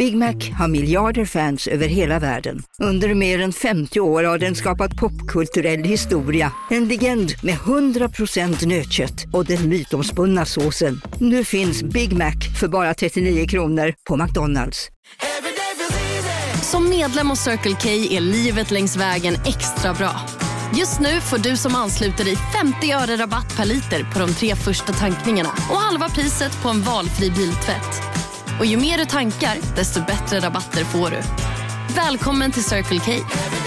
Big Mac har miljarder fans över hela världen. Under mer än 50 år har den skapat popkulturell historia. En legend med 100% nötkött och den mytomspunna såsen. Nu finns Big Mac för bara 39 kronor på McDonald's. Som medlem hos Circle K är livet längs vägen extra bra. Just nu får du som ansluter dig 50 öre rabatt per liter på de 3 första tankningarna och halva priset på en valfri biltvätt. Och ju mer du tankar, desto bättre rabatter får du. Välkommen till Circle K.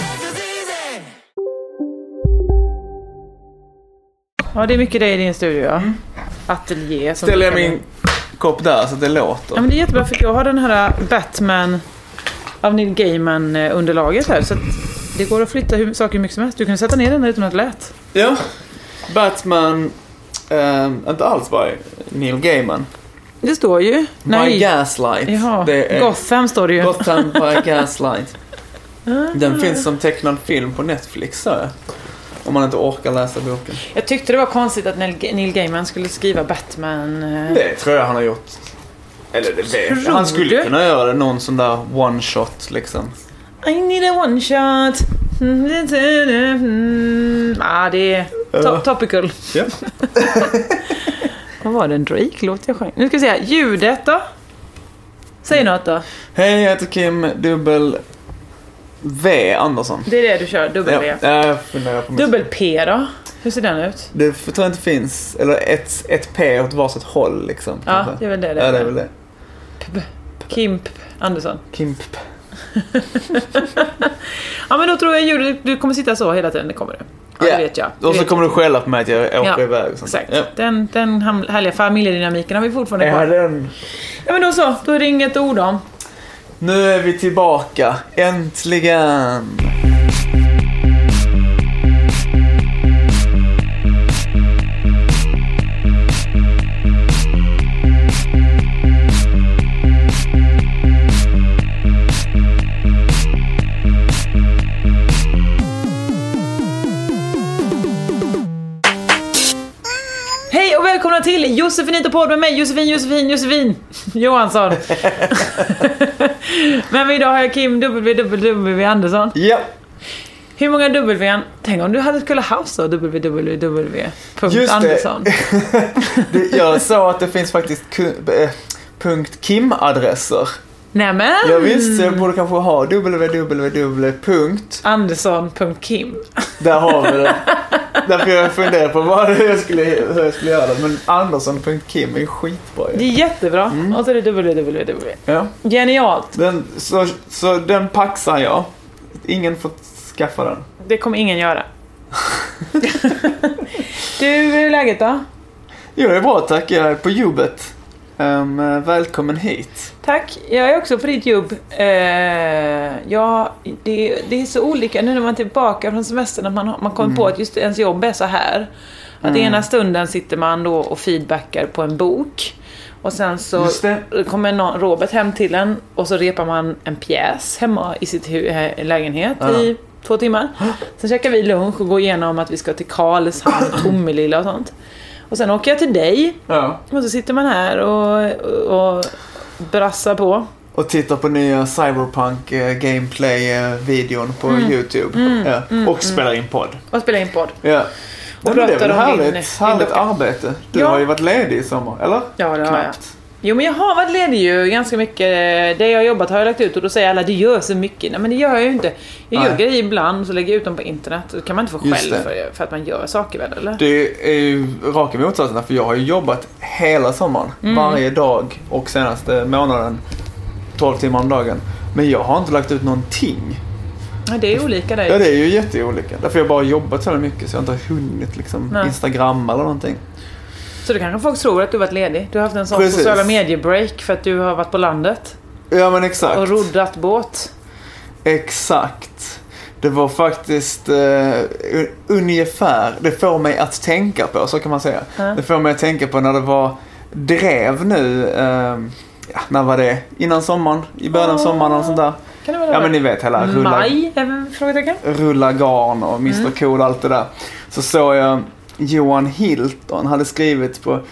Ja, det är mycket det i din studio, ja. Ateljé. Ställer jag min kopp där så att det låter. Ja, men det är jättebra för jag har den här Batman av Neil Gaiman underlaget här. Så att det går att flytta saker hur mycket som helst. Du kan sätta ner den utan att lät. Ja, Batman, inte alls bara Neil Gaiman. Det står ju. By Gaslight. Jaha, det är Gotham står det ju. Gotham by Gaslight. Den finns som tecknad film på Netflix, så jag. Om man inte orkar läsa boken. Jag tyckte det var konstigt att Neil Gaiman skulle skriva Batman. Det tror jag han har gjort. Eller det. Han skulle kunna göra det, någon sån där one shot liksom. I need a one shot. Det är topical. Ja. Vad var det, en Drake-låt jag sjöng? Nu ska vi se här, ljudet då? Säg något då. Hej, jag heter Kim W Andersson. Det är det du kör, W. Ja, jag funderar på Dubbel P då? Hur ser den ut? Det tror jag inte finns. Eller ett P åt varsitt håll liksom. Ja, det är väl det. Ja, det är väl det. Kim Andersson. Kim. Ja, men då tror jag du kommer sitta så hela tiden, det kommer du. Ja, det vet jag. Och så kommer du skälla på mig att jag åker iväg. Exakt. Ja. Den härliga familjedynamiken har vi fortfarande kvar. Ja, men då är det inget ord om. Nu är vi tillbaka. Äntligen. Välkomna till Josefinito podd med mig, Josefin Johansson. Men idag har jag Kim W Andersson. Ja. Hur många W? Tänk om du skulle haft så www.andersson. Jag sa att det finns faktiskt .kim-adresser. Nämen. Jag visste, jag borde kanske ha Andersson.kim. Där har vi det. Därför jag funderar på hur jag skulle göra det. Men Andersson.kim är skitbra. Det är jättebra. Och så är det www. Ja. Genialt. Så den paxar jag. Ingen får skaffa den. Det kommer ingen göra. Du, hur är läget då? Jo, det är bra, tack. Jag är på jobbet. Välkommen hit. Tack, jag är också på ditt jobb. Det är så olika nu när man är tillbaka från semestern att man kommer på att just ens jobb är så här. Att ena stunden sitter man då och feedbackar på en bok. Och sen så kommer Robert hem till en och så repar man en pjäs hemma i sitt lägenhet i 2 timmar. Sen käkar vi lunch och går igenom att vi ska till Karlshamn, Tomelilla och sånt. Och sen åker jag till dig. Ja. Och så sitter man här och brassar på. Och tittar på nya Cyberpunk gameplay-videon på YouTube. Och spelar in podd. Ja. Och det är väl härligt arbete. Du har ju varit ledig i sommar, eller? Ja, det har jag. Jo, men jag har varit ledig ju ganska mycket. Det jag har jobbat har jag lagt ut och då säger alla, det gör så mycket. Nej, men det gör jag ju inte. Jag gör grejer ibland så lägger jag ut dem på internet. Då kan man inte få själv för att man gör saker väl, eller? Det är ju raka motsatsen, för jag har ju jobbat hela sommaren. Varje dag och senaste månaden 12 timmar om dagen. Men jag har inte lagt ut någonting. Ja, det är olika där. Ja, det är ju jätteolika. Därför har jag bara jobbat så mycket så jag inte har hunnit liksom Instagram eller någonting. Så det kanske folk tror att du har varit ledig. Du har haft en sån sociala medier-break för att du har varit på landet. Ja, men exakt. Och roddat båt. Exakt. Det var faktiskt ungefär, det får mig att tänka på, så kan man säga. Det får mig att tänka på när det var drev nu, när var det? Innan sommaren, i början av sommaren och sånt där. Kan det vara ja, men ni vet hela rulla garn och Mr. Cool, allt det där. Så såg jag Johan Hilton hade skrivit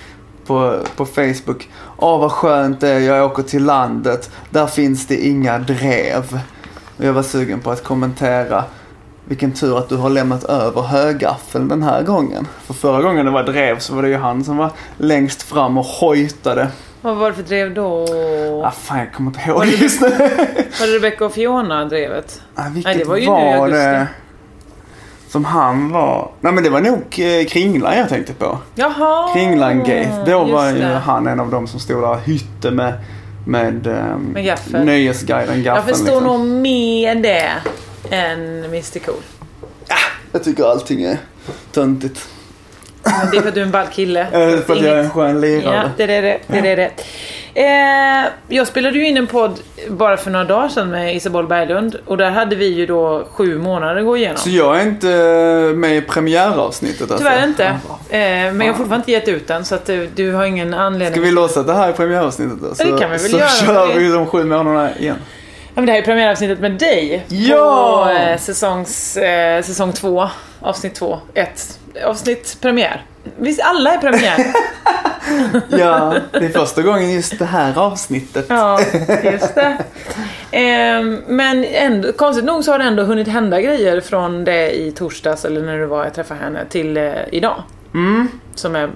på Facebook. Vad skönt det är, jag åker till landet. Där finns det inga drev. Och jag var sugen på att kommentera: vilken tur att du har lämnat över högaffeln den här gången. För förra gången det var drev så var det ju han som var längst fram och hojtade. Vad var det för drev då? Fan, jag kommer inte ihåg just nu. Var det Rebecca och Fiona drevet? Vilket det var ju var det som han var? Nej, men det var nog Kringlan jag tänkte på. Jaha. Kringlan Gate. Då var ju han en av dem som stod där och hytte med Nöjesguiden gaffeln. Jag förstår nog mer det än Mr. Cool. Jag tycker allting är töntigt. Men det är för att du är en ball kille. För att jag är en skön lirare. Ja, det är det. Jag spelade ju in en podd bara för några dagar sedan med Isabelle Berglund. Och där hade vi ju då 7 månader att gå igenom. Så jag är inte med i premiäravsnittet alltså? Tyvärr inte. Men jag har fortfarande inte gett ut den. Så att du har ingen anledning. Ska vi låsa det här i premiäravsnittet då? Det kan vi väl så göra. Så kör vi de 7 månaderna igen. Ja, men det här är premiäravsnittet med dig. Ja! På säsong 2. Avsnitt 2. Avsnitt premiär. Visst, alla är premiär. Ja, det är första gången just det här avsnittet. Ja, just det. Men ändå, konstigt nog så har det ändå hunnit hända grejer från det i torsdags eller när det var jag träffade henne till idag. Som är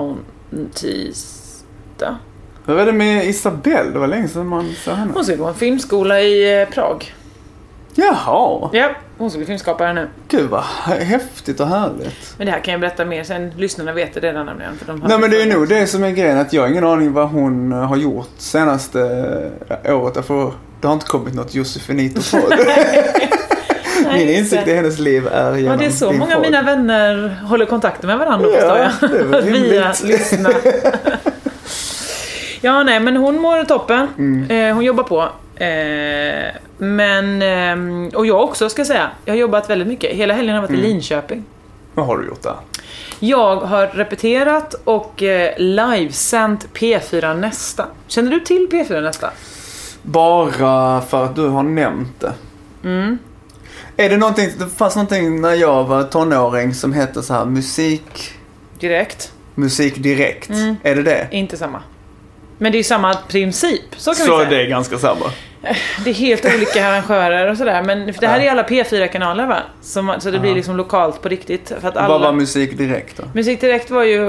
tisdag. Vad var det med Isabelle? Det var länge sedan man såg henne. Hon ska gå en filmskola i Prag. Jaha. Ja, hon ska bli filmskapare nu. Gud vad häftigt och härligt. Men det här kan jag berätta mer sen. Lyssnarna vet det redan nämligen. För Nej, men det är nog det som är grejen. Att jag har ingen aning vad hon har gjort senaste året. Därför det har inte kommit något Josefinito på det. Min insikt i hennes liv är genom det är så din många av podd. mina vänner håller kontakten med varandra, förstår jag. Det är väl via lyssna. Ja, nej, men hon mår toppen. Hon jobbar på. Och jag också ska säga. Jag har jobbat väldigt mycket. Hela helgen har jag varit i Linköping. Vad har du gjort där? Jag har repeterat och livesänt P4 Nästa. Känner du till P4 Nästa? Bara för att du har nämnt det. Är det någonting, det fanns någonting när jag var tonåring som hette så här Musik Direkt. Är det det? Inte samma. Men det är ju samma princip, så kan vi säga. Så det är ganska samma. Det är helt olika arrangörer och sådär. Men det här är alla P4-kanaler, va? Så det blir liksom lokalt på riktigt. För att alla... Vad var Musik Direkt då? Musik Direkt var ju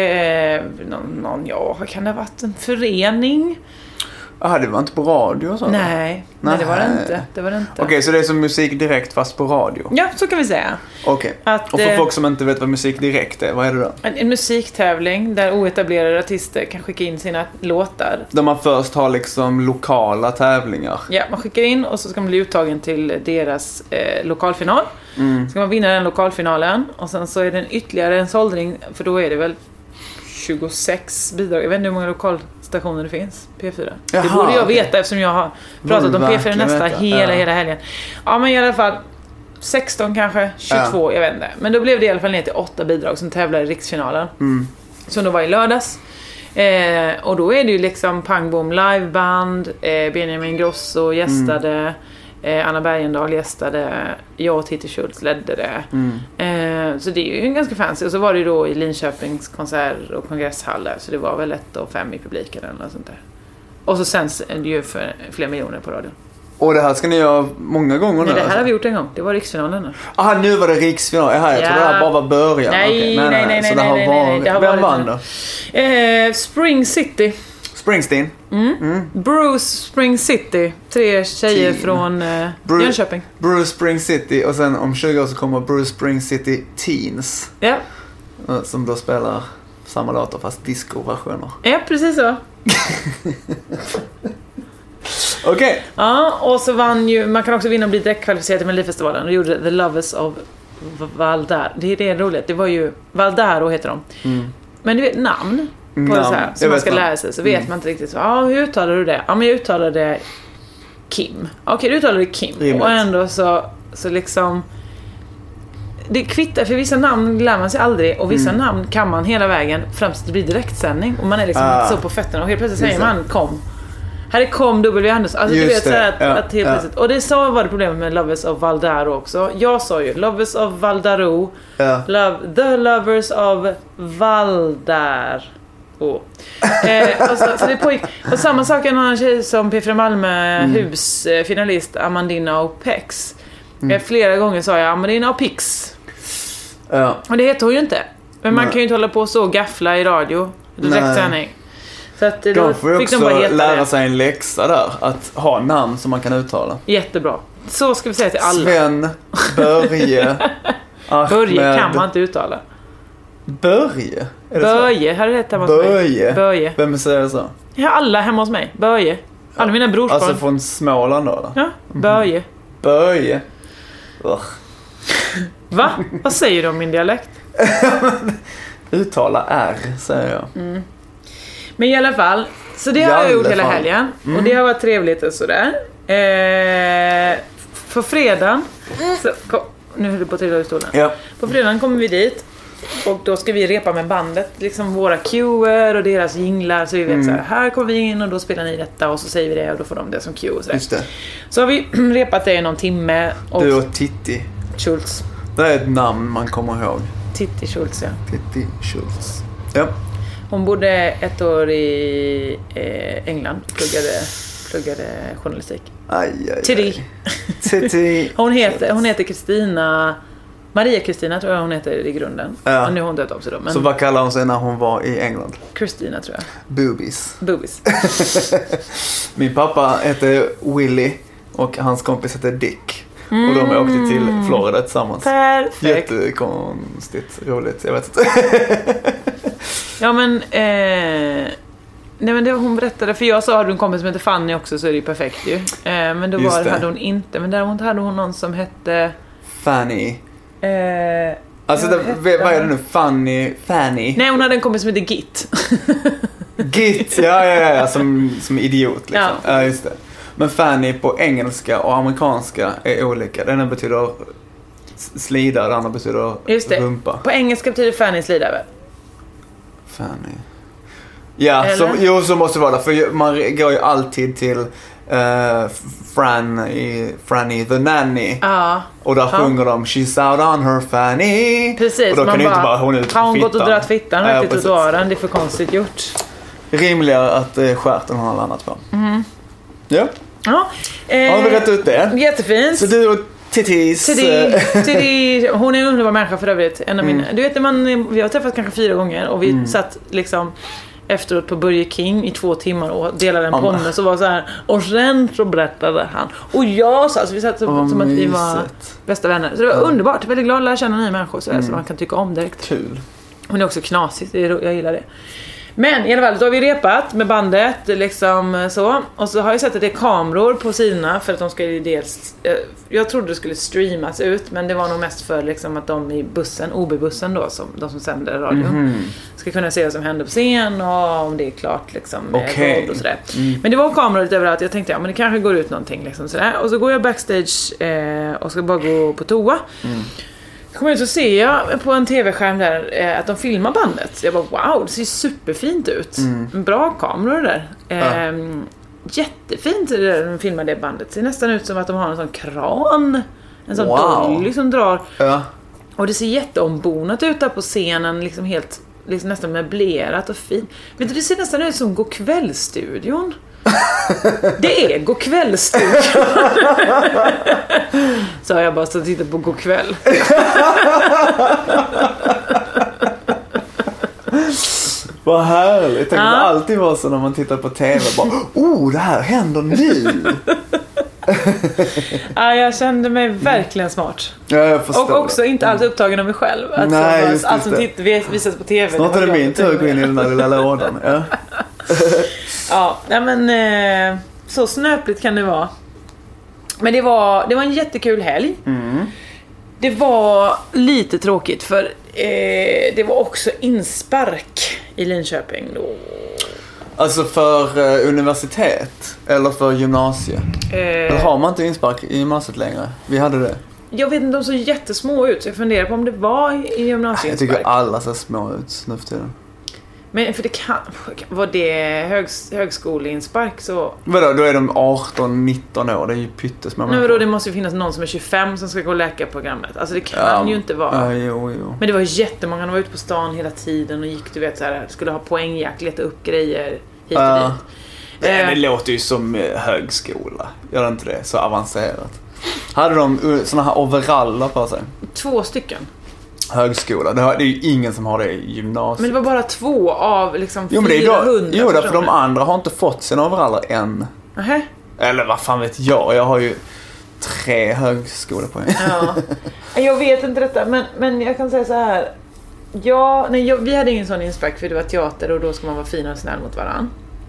vad kan det ha varit? En förening? Det var inte på radio och så? Nej, det var det inte. Okej, så det är som Musik Direkt fast på radio? Ja, så kan vi säga. Okej. Och för folk som inte vet vad Musik Direkt är, vad är det då? En musiktävling där oetablerade artister kan skicka in sina låtar. Där man först har liksom lokala tävlingar. Ja, man skickar in och så ska man bli uttagen till deras lokalfinal. Ska man vinna den lokalfinalen och sen så är det ytterligare en såldring, för då är det väl 26 bidrag. Jag vet inte hur många lokalstationer det finns. P4. Jaha, det borde jag veta eftersom jag har pratat om P4 Nästa hela helgen. Ja, men i alla fall 16 kanske, 22, jag vet inte. Men då blev det i alla fall ner till 8 bidrag som tävlar i riksfinalen. Som då var i lördags. Och då är det ju liksom Pang Boom liveband, Benjamin Grosso gästade, Anna Bergendahl gästade, jag och Titti Schultz ledde det. Så det är ju ganska fancy. Och så var det ju då i Linköpings konsert- och kongresshaller. Så det var väl 1,5 i publiken eller något sånt där. Och så sänds det ju för flera miljoner på radio. Och det här ska ni göra många gånger nu? Nej, det här har vi gjort en gång. Det var riksfinalen nu. Nu var det riksfinal. Jag trodde det här bara var början. Nej. Så det har varit... Vem vann då? Spring City. Springsteen. Bruce Spring City. 3 tjejer från Jönköping. Bruce Spring City. Och sen om 20 år så kommer Bruce Spring City Teens. Ja. Som då spelar samma låtar fast disco-versioner. Ja, precis så. Okej. Ja, och så vann ju... Man kan också vinna och bli direktkvalificerad till Melodifestivalen. Och gjorde The Lovers of Valdar. Det är roligt. Det var ju... Valdaro heter de. Men du vet, namn på så här, som man ska lära sig. Så vet man inte riktigt. Så, hur uttalar du det? Ja, men jag uttalade Kim. Okej, du uttalade Kim. Rimligt. Och ändå så liksom... Det kvittar, för vissa namn lär man sig aldrig. Och vissa namn kan man hela vägen fram till det blir direktsändning. Och man är liksom så på fötterna. Och helt plötsligt säger man kom. Här är kom W. Andersson. Alltså du vet så här att helt plötsligt. Och det så var det problemet med Lovers of Valdaro också. Jag sa ju Lovers of Valdaro. The Lovers of Valdar. Och så det pågick. Och samma sak en annan tjej som P4 Malmö husfinalist Amandina O'Pex. Flera gånger sa jag Amandina O'Pix. Ja. Och det heter hon ju inte. Men man kan ju inte hålla på så och gaffla i radio. Direkt. Så att då får fick också de bara heta lära sig en läxa där. Att ha namn som man kan uttala. Jättebra. Så ska vi säga till alla. Sven, Börje, Ahmed. Börje kan man inte uttala. Börje? Börje, här är det hemma hos mig. Börje. Vem säger det så? Ja, alla hemma hos mig. Börje. Alla mina brorsbarn. Alltså från Småland då? Eller? Ja, Börje. Börje. Va? Vad säger du om min dialekt? Uttala R, säger jag. Men i alla fall, så det har jag gjort hela helgen. Och det har varit trevligt och sådär. För fredagen nu höll du på att trilla ur stolen. Ja. På fredagen kommer vi dit. Och då ska vi repa med bandet, liksom våra cuer och deras jinglar. Så vi vet så här kommer vi in och då spelar ni detta. Och så säger vi det och då får de det som cue och sådär. Just det. Så har vi repat det i någon timme. Och du och Titti Schultz. Det är ett namn man kommer ihåg. Titti Schultz, ja. Titti Schultz. Ja. Hon bodde ett år i England. Pluggade journalistik. Titti. Hon heter Kristina. Maria Kristina tror jag hon heter i grunden. Ja. Och nu har hon dött av sig då. Men så vad kallar hon sig när hon var i England? Kristina tror jag. Boobies. Min pappa hette Willy och hans kompis hette Dick. Och de åkte till Florida tillsammans. Perfekt. Jättekonstigt, roligt, jag vet inte. Ja men nej men det hon berättade. För jag sa att hon kompis som heter Fanny också. Så är det ju perfekt ju. Men då hade hon inte. Men däremot hade hon någon som hette Fanny. Alltså vad är det nu? Fanny. Nej, hon hade en kompis som heter Git. Git, ja som idiot liksom. Ja, just det. Men Fanny på engelska och amerikanska är olika. Den ena betyder slida, den andra betyder just det. rumpa. På engelska betyder Fanny slida väl? Fanny. Ja, så måste det vara. För man går ju alltid till Franny the Nanny. Och där sjunger de She's out on her Fanny. Precis, och då kan ju inte bara hon ut har hon gått och dratt fittan rätt i trottoaren. Det är för konstigt gjort. Rimligare att skärten har landat på. Ja. Har vi rätt ut det? Jättefint. Så du och Titti. Hon är en underbar människa för övrigt. En av mina. Du vet, vi har träffat kanske 4 gånger. Och vi satt liksom efteråt på Burger King i 2 timmar och delade en pommes och var så här. Och sen så berättade han. Och jag sa, alltså vi satt som att vi var bästa vänner. Så det var underbart. Väldigt glad att lära känna nya människor så man kan tycka om direkt. Kul. Hon är också knasig, jag gillar det. Men i alla fall, då har vi repat med bandet liksom så. Och så har jag sett att det är kameror på sidorna för att de ska ju dels jag trodde det skulle streamas ut, men det var nog mest för liksom att de i bussen, OB-bussen då, som de som sänder radion, ska kunna se vad som händer på scen och om det är klart liksom med våld och sådär. Men det var kameror lite överallt. Jag tänkte, men det kanske går ut någonting liksom sådär. Och så går jag backstage och ska bara gå på toa. Kommer ut så ser jag på en tv-skärm där att de filmar bandet. Jag bara, wow, det ser superfint ut. Bra kameror där. Jättefint när de filmar det bandet. Det ser nästan ut som att de har en sån kran. En sån dolly som drar. Och det ser jätteombonat ut där på scenen. Liksom helt, liksom nästan möblerat och fint. Vet du, det ser nästan ut som Go'kväll-studion. Det är Go'kväll-studion. Så jag bara så tittar på Go'kväll. Vad härligt. Det kan alltid vara så när man tittar på tv. Bara, det här händer nu. Jag kände mig verkligen smart. Ja, jag förstår. Och också inte alls upptagen av mig själv. Att nej, allt som visas på tv. Snart är det min tur att gå in i den där lilla lådan. Men så snöpligt kan det vara. Men det var en jättekul helg. Det var lite tråkigt för det var också inspark i Linköping då. Alltså för universitet eller för gymnasie? Eller har man inte inspark i gymnasiet längre? Vi hade det. Jag vet inte, de såg jättesmå ut så jag funderar på om det var i gymnasiet. Jag tycker alla ser små ut nu för tiden. Men för det kan... Var det högskoleinspark så... Vadå, då är de 18-19 år. Det är ju pyttesmå. Nej, vadå, det måste ju finnas någon som är 25 som ska gå läkarprogrammet. Alltså det kan ju inte vara. Jo. Men det var jättemånga. De var ute på stan hela tiden och gick, du vet, så här, skulle ha poängjakt, leta upp grejer hit och dit. Det låter ju som högskola. Gör det inte det? Så avancerat. Hade de såna här overaller på sig? 2 stycken. Högskola. Det är ju ingen som har det i gymnasiet. Men det var bara 2 av liksom 400. Jo, därför de andra har inte fått sina overaller än. Aha. Eller vad fan vet jag? Jag har ju 3 högskolepoäng. Ja. Jag vet inte detta, men jag kan säga så här. Vi hade ingen sån inspark för det var teater och då ska man vara fin och snäll mot varann.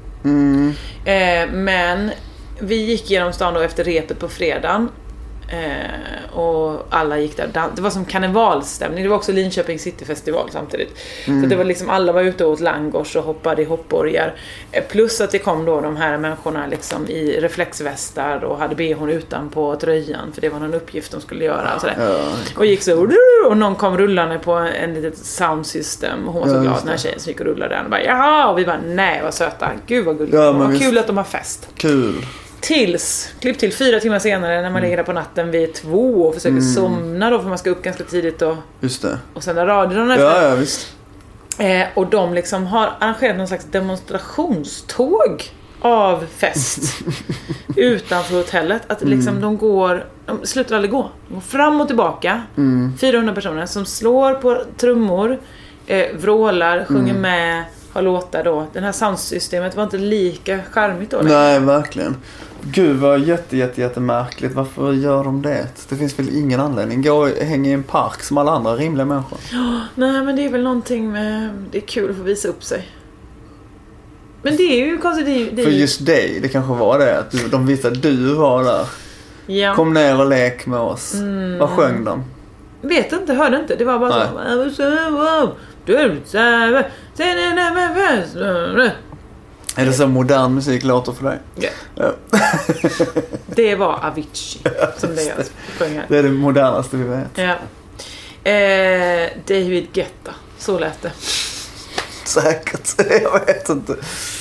Men vi gick genom stan då efter repet på fredagen. Och alla gick där. Det var som karnevalstämning. Det var också Linköping Cityfestival samtidigt. Så det var liksom, alla var ute och åt langos och hoppade i hoppborgar. Plus att det kom då de här människorna liksom i reflexvästar och hade behån utan på tröjan, för det var någon uppgift de skulle göra och sådär. Och gick så, och någon kom rullande på en litet soundsystem och hon var så glad när tjejen gick och rullade den och bara, jaha, och vi bara, nej vad söta, gud vad gulligt, vad kul att de har fest. Kul. Klipp till 4 timmar senare när man ligger där på natten vid 2 och försöker somna då, för man ska upp ganska tidigt och, just det. Och sända radion efter. Ja, visst. Och de liksom har arrangerat någon slags demonstrationståg av fest utanför hotellet. Att liksom de slutar aldrig gå. De går fram och tillbaka. 400 personer som slår på trummor, vrålar, sjunger med, har låtar då. Den här soundsystemet var inte lika charmigt då. Nej, verkligen. Gud, vad jättemärkligt. Varför gör de det? Det finns väl ingen anledning. Gå och hänga i en park som alla andra rimliga människor. Nej, men det är väl någonting med... Det är kul att få visa upp sig. Men det är ju konstigt. För just dig, det kanske var det. Att de visste att du var där. Ja. Kom ner och lek med oss. Vad sjöng de? Vet inte, hörde inte. Det var bara så... Är det så modern musik låter för dig? Ja. Det var Avicii som det jag sjöng här. Det är det modernaste vi vet. Ja. David Guetta, så lät det. Säkert, jag vet inte.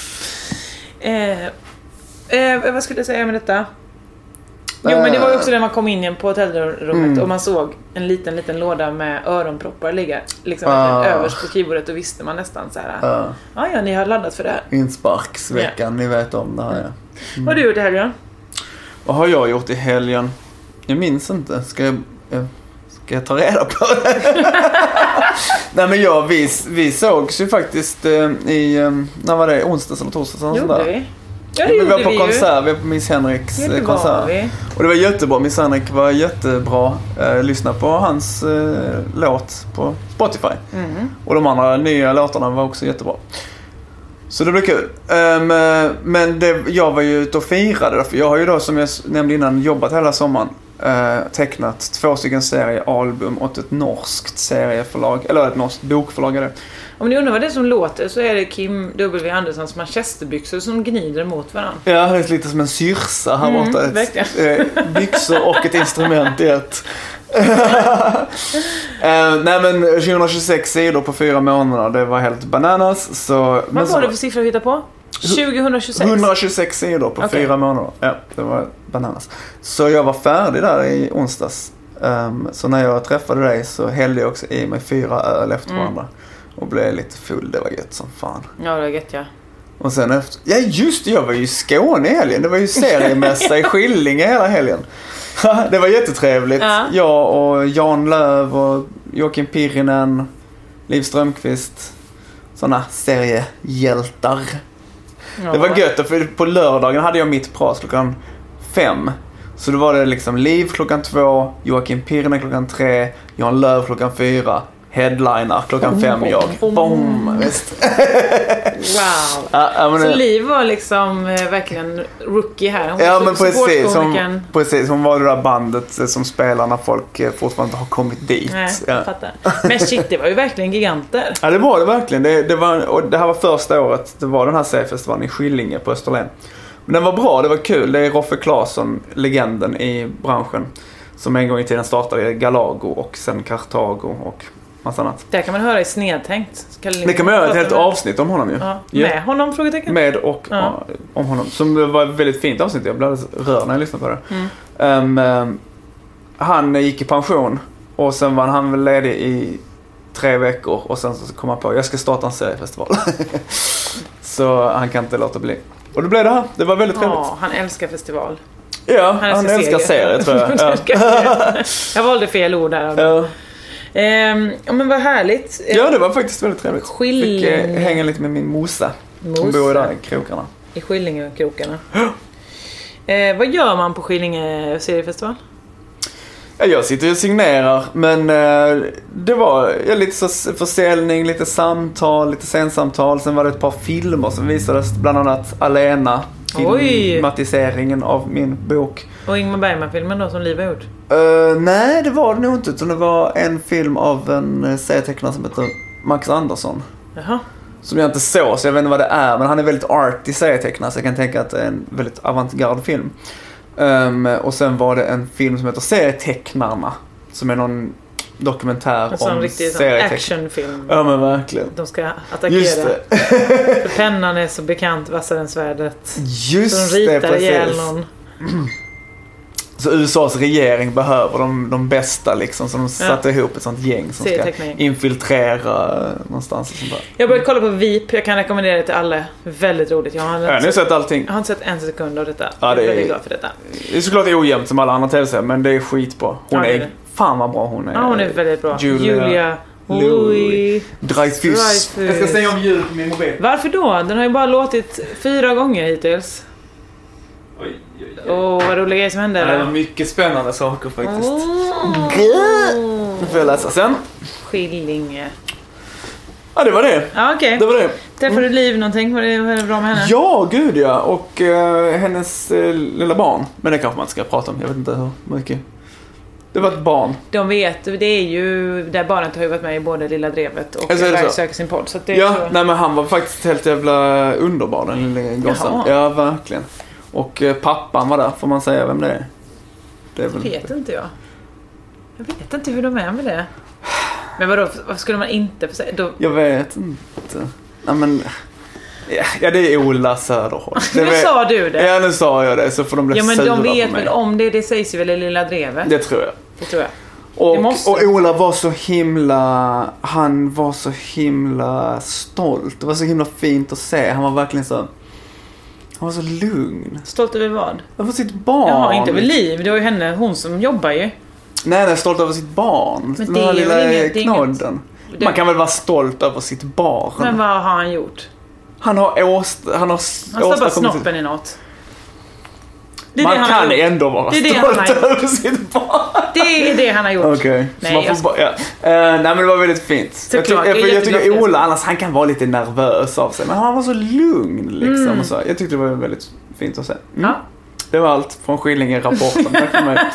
Vad skulle jag säga med detta? Jo, men det var ju också när man kom in på hotellrummet och man såg en liten låda med öronproppar ligga liksom överst på keyboardet, och visste man nästan så här. Ja, ni har laddat för det här. Insparksveckan, ni vet om det här. Vad har du gjort i helgen? Vad har jag gjort i helgen? Jag minns inte. Ska jag ta reda på det? Nej, men vi sågs ju faktiskt i när var det? Onsdags eller torsdags? Gjorde vi? Ja, vi var på konsert, vi var på Miss Henriks konsert. Och det var jättebra, Miss Henrik var jättebra. Lyssna på hans låt på Spotify. Och de andra nya låtarna var också jättebra. Så det blev kul. Men jag var ju ute och firade, för jag har ju då, som jag nämnde innan, jobbat hela sommaren. Tecknat 2 seriealbum åt ett norskt serieförlag, eller ett norskt bokförlag är det. Om ni undrar vad det är som låter, så är det Kim W. Anderssons manchesterbyxor som gnider mot varandra. Ja, det är lite som en syrsa här borta. Byxor och ett instrument i ett. Nej, men 2026 sidor på 4 månader, det var helt bananas. Så, vad var det för siffror att hitta på? 2026? 126 sidor på 4 månader. Ja, det var bananas. Så jag var färdig där i onsdags. Så när jag träffade dig så hällde jag också i mig 4 öl efter varandra. Och blev lite full, det var gött som fan. Ja, det var gött, ja. Och sen efter... Ja, just det, jag var ju i Skåne i helgen. Det var ju seriemässa i Skillinge hela helgen. Det var jättetrevligt. Ja. Jag och Jan Löv och Joakim Pirinen, Liv Strömqvist. Såna seriehjältar. Ja. Det var gött, för på lördagen hade jag mitt prat 5:00. Så då var det liksom Liv 2:00, Joakim Pirinen 3:00, Jan Löv 4:00. Headliner 5:00 jag. Boom, visst. Wow. Så Liv var liksom verkligen rookie här. Hon men precis. Hon var det där bandet som spelar när folk fortfarande inte har kommit dit. Nej, fattar. Men shit, det var ju verkligen giganter. Ja, det var det verkligen. Och det här var första året. Det var den här seriefestivalen i Skillinge på Österlen. Men den var bra, det var kul. Det är Roffe Claesson, legenden i branschen, som en gång i tiden startade Galago och sen Kartago och massa annat. Det kan man höra i Snedtänkt. Det kan man göra ett helt avsnitt om honom ju. Ja. Med honom, frågetecken? Med och om honom. Som var ett väldigt fint avsnitt. Jag blev rörd när jag lyssnade på det. Han gick i pension. Och sen var han väl ledig i 3 veckor. Och sen så kom han på, jag ska starta en seriefestival. Så han kan inte låta bli. Och då blev det här. Det var väldigt trevligt. Ja, han älskar festival. Ja, han älskar serier tror jag. Jag valde fel ord där. Ja, men vad härligt. Ja, det var faktiskt väldigt trevligt. Fick hänga lite med min mosa. Hon bor där i krokarna. I Skillingekrokarna. Vad gör man på Skillinge seriefestival? Ja, jag sitter och signerar, men det var lite så försäljning, lite samtal, lite sensamtal. Sen var det ett par filmer som visades, bland annat Alena, filmatiseringen av min bok. Och Ingmar Bergman-filmen då, som Liv har gjort? Nej, det var det nog inte, utan det var en film av en serietecknare som heter Max Andersson. Jaha. Som jag inte såg, så jag vet inte vad det är, men han är väldigt arty serietecknare, så jag kan tänka att det är en väldigt avantgarde film. Och sen var det en film som heter Serietecknarna, som är någon dokumentär om serietecknare. Actionfilm. Ja, men verkligen. De ska attackera. Just det. För pennan är så bekant, vassare än svärdet. Just så de ritar det, ihjäl någon. Så USAs regering behöver de bästa liksom, så de satte ihop ett sånt gäng som ska infiltrera någonstans och sånt där. Jag började kolla på VIP, jag kan rekommendera det till alla. Väldigt roligt. Jag har sett allting. Jag har inte sett en sekund av detta. Ja, jag är väldigt glad för detta. Det är såklart ojämnt som alla andra tv-serier, men det är skitbra. Hon är fan vad bra hon är. Ja, hon är väldigt bra. Julia Louis Dreyfus. Jag ska stänga om ljudet på min mobil. Varför då? Den har ju bara låtit 4 gånger hittills. Oj. Vad roliga grejer som hände. Det var mycket spännande saker faktiskt. Nu får jag läsa sen. Skillinge. Ja, det var det. Ja, okej. Det var det. Träffade du Liv någonting? Var det bra med henne? Ja, gud ja. Och hennes lilla barn. Men det kanske man ska prata om. Jag vet inte hur mycket. Det var ett barn. De vet, det är ju där barnet har ju varit med i både Lilla Drevet och Berg söker sin podd. Så det är så... nej, men han var faktiskt helt jävla underbar, den lilla gossen. Ja, verkligen. Och pappan var där, får man säga vem det är? Det är väl... vet inte jag. Jag vet inte hur de är med det. Men vadå, vad skulle man inte få säga? Då... Jag vet inte. Nej, men... Ja, det är Ola Söderholm. Nu sa du det. Ja, nu sa jag det, så får de bli sura. Ja, men de vet väl om det. Det sägs ju väl i Lilla Drevet. Det tror jag. Det tror jag. Och Ola var så himla... Han var så himla stolt. Det var så himla fint att se. Han var verkligen så... Han var så lugn. Stolt över vad? Över sitt barn. Jaha, inte över Liv. Det var ju henne, hon som jobbar ju. Nej, stolt över sitt barn. Men den det här är lilla inget, knodden. Man kan väl vara stolt över sitt barn. Men vad har han gjort? Han har stoppat snoppen i något. Man kan ändå vara stolt över sitt barn. Det är det han har gjort. Okej. Nej, men det var väldigt fint. Jag tycker Ola, annars han kan vara lite nervös av sig. Men han var så lugn liksom. Och så. Jag tyckte det var väldigt fint att se. Ja. Det var allt från Skillinge-rapporten. Tack för mig.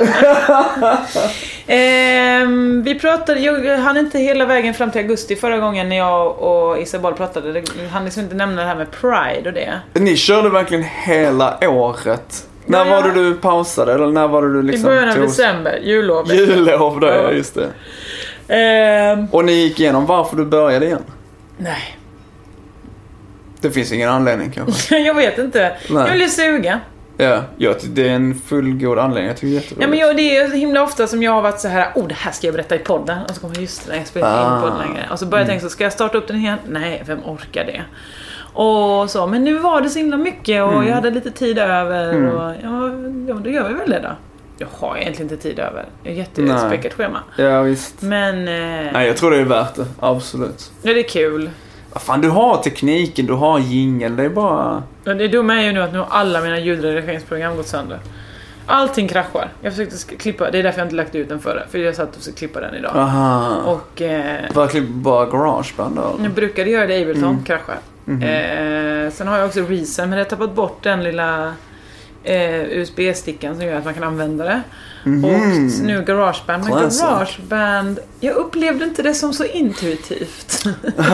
Vi pratade, jag hann inte hela vägen fram till augusti förra gången när jag och Isabel pratade. Han liksom inte nämna det här med Pride och det. Ni körde verkligen hela året. När var det du pausade? Eller när var det du liksom... I början av december, jullov. Jullov, ja, just det. Och ni gick igenom varför du började igen? Nej. Det finns ingen anledning kanske. Jag vet inte. Nej. Jag vill suga. Ja, det är en fullgod anledning. Jag tycker jättebra. Ja, men det är så himla ofta som jag har varit så här, det här ska jag berätta i podden. Och så kommer jag just det, jag spelar in podden längre. Och så börjar jag tänka, så ska jag starta upp den igen? Nej, vem orkar det? Och så, men nu var det så himla mycket och jag hade lite tid över. Och då gör vi väl det då. Jag har egentligen inte tid över. Jag är jättespäckat schema. Ja, visst. Men... Nej, jag tror det är värt det. Absolut. Ja, det är kul. Vad fan, du har tekniken, du har jingle, det är bara... Det dumma är ju nu att nu har alla mina ljudredigeringsprogram gått sönder. Allting kraschar. Jag försökte klippa, det är därför jag inte lagt ut den förra. För jag satt och försökte klippa den idag. Aha. Och... bara GarageBand då? Jag brukade göra det, Ableton kraschar. Sen har jag också Reason, men jag har tappat bort den lilla USB-stickan som gör att man kan använda det. Och nu GarageBand. Men GarageBand, jag upplevde inte det som så intuitivt.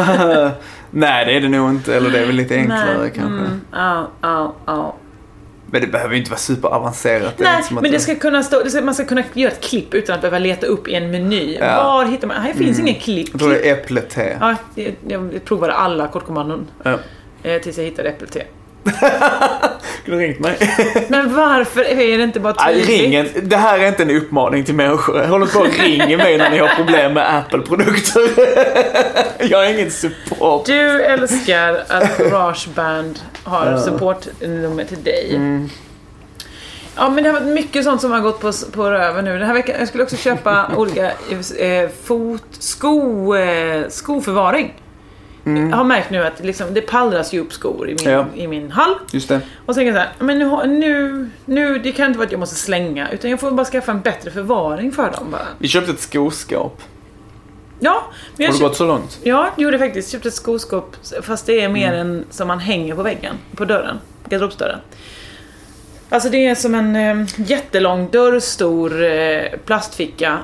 Nej, det är det nog inte. Eller det är väl lite enklare kanske. Men det behöver ju inte vara superavancerat. Nej, men det ska kunna stå, man ska kunna göra ett klipp utan att behöva leta upp i en meny. Ja. Var hittar man? Här finns ingen klipp. Jag tror det är äpplete. Ja, jag provade alla kortkommandon tills jag hittade äpplete. Du har ringt mig. Men varför är det inte bara tydligt? Ringen, det här är inte en uppmaning till människor. Jag håller på att ringa mig när ni har problem med Apple-produkter. Jag har ingen support. Du älskar att GarageBand har supportnummer till dig. Ja, men det har varit mycket sånt som har gått på röven nu. Den här veckan, jag skulle också köpa olika skoförvaring. Jag har märkt nu att liksom, det pallras ju upp skor i min hall. Just det. Och så tänker jag så här, men nu det kan inte vara att jag måste slänga, utan jag får bara skaffa en bättre förvaring för dem bara. Vi köpte ett skoskåp. Ja, men har det gått så långt? Ja, det gjorde faktiskt. Köpte ett skoskåp, fast det är mer än som man hänger på väggen, på dörren, garderobsdörren. Alltså det är som en jättelång dörrstor plastficka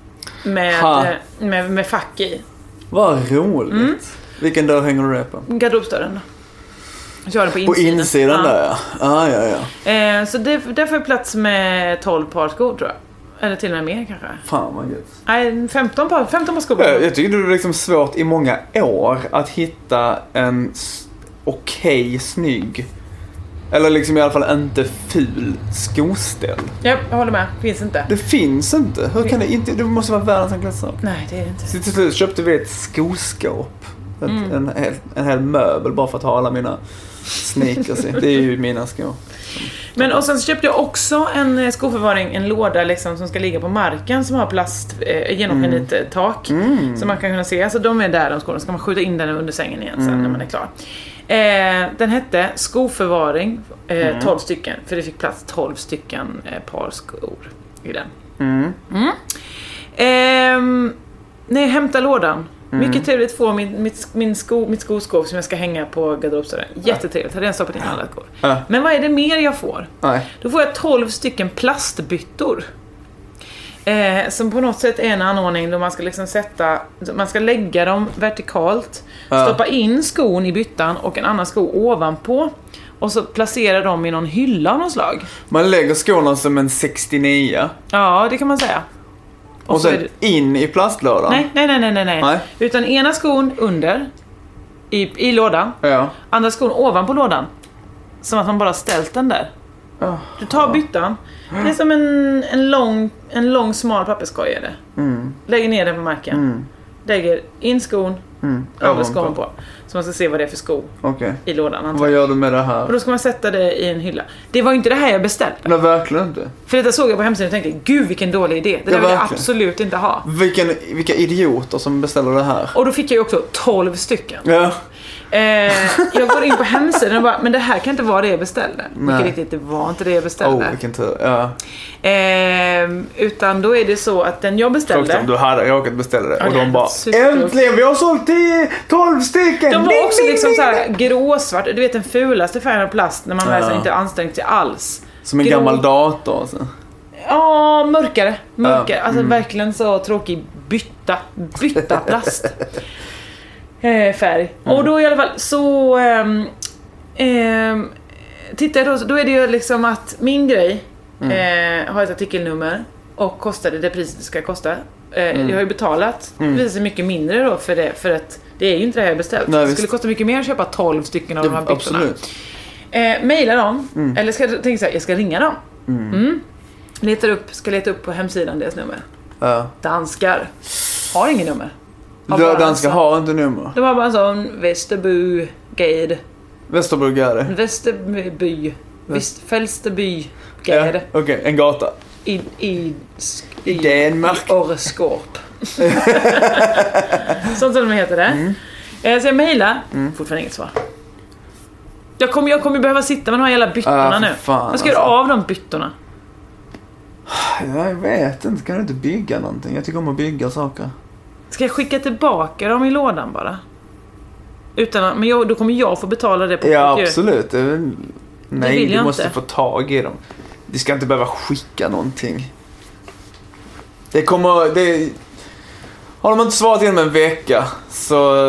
med fack i. Vad roligt. Vilken dörr hänger du det på? Garderobsdörren. Så har det på insidan. På insidan där, ja. Så där får jag plats med 12 par skor, tror jag. Eller till och med mer kanske. Fan vad gött. Nej, 15 par skor. Jag tycker det är liksom svårt i många år att hitta en okej, snygg, eller liksom i alla fall inte ful skoställ. Ja, jag håller med. Finns inte. Det finns inte. Hur kan det inte? Det måste vara världens enklaste sak. Nej, det är det inte. Så till slut köpte vi ett skoskåp. En hel möbel bara för att ha alla mina sneakers i. Det är ju mina skor. Men och sen så köpte jag också en skoförvaring, en låda liksom, som ska ligga på marken, som har plast genomskinligt tak som man kan kunna se. Alltså de är där, de skorna. Ska man skjuta in den under sängen igen sen när man är klar. Den hette skoförvaring 12 stycken, för det fick plats 12 stycken par skor i den. När jag hämtar lådan, mycket trevligt att få mitt skoskåp som jag ska hänga på garderobsdörren. Jättetrevligt, hade jag stoppat in alla skor. Men vad är det mer jag får? Då får jag 12 stycken plastbyttor. Som på något sätt är en anordning då man ska liksom man ska lägga dem vertikalt, stoppa in skon i byttan och en annan sko ovanpå, och så placera dem i någon hylla av någon slag. Man lägger skorna som en 69. Ja, det kan man säga. Och sen in i plastlådan? Nej. Utan ena skon under i lådan, andra skon ovanpå lådan. Som att man bara ställt den där. Du tar byttan. Det är som en lång smal papperskorg är det. Lägger ner den på marken. Lägger in skon över skon på. Så man ska se vad det är för sko i lådan. Vad gör du med det här? Och då ska man sätta det i en hylla. Det var ju inte det här jag beställde. Nej, verkligen inte. För detta såg jag på hemsidan och tänkte, gud vilken dålig idé. Det där vill jag absolut inte ha. Vilka idioter som beställer det här. Och då fick jag ju också 12 stycken. Ja. Jag går in på hemsidan och bara, men det här kan inte vara det jag beställde. Mycket riktigt, det var inte det jag beställde. Vilken tur, ja. Utan då är det så att den jag beställde... Om du hade råkat beställa det. Och de bara, äntligen, vi har sålt 12 stycken! De var också liksom så här gråsvart. Du vet den fulaste färgen av plast när man väl inte ansträngt sig alls. Som en gammal dator alltså. Ja, mörkare. Alltså verkligen så tråkig bytta plast. Färg. Och då i alla fall så tittar jag då är det ju liksom att min grej har ett artikelnummer och kostade det priset det ska kosta. Jag har ju betalat visar mycket mindre då för det, för att det är ju inte det här jag beställt. Nej, det skulle kosta mycket mer att köpa 12 stycken av de här byxorna. Maila dem eller ska jag tänka så här, jag ska ringa dem. Ska leta upp på hemsidan deras nummer. Danskar har ingen nummer. Danskar har inte nummer. Det var bara en sån Västerby Guide. Fälsterby Guide. Okej, en gata. I Danmark. I Orreskorp. Sånt som de heter det. Så jag mejlar. Fortfarande inget svar. Jag kommer behöva sitta med de här jävla byttorna nu. Vad ska jag göra av de byttorna? Jag vet inte. Kan du inte bygga någonting? Jag tycker om att bygga saker. Ska jag skicka tillbaka dem i lådan bara? Men då kommer jag få betala det på kort. Ja, absolut. Nej, du måste inte få tag i dem. Du ska inte behöva skicka någonting. Har de inte svarat inom en vecka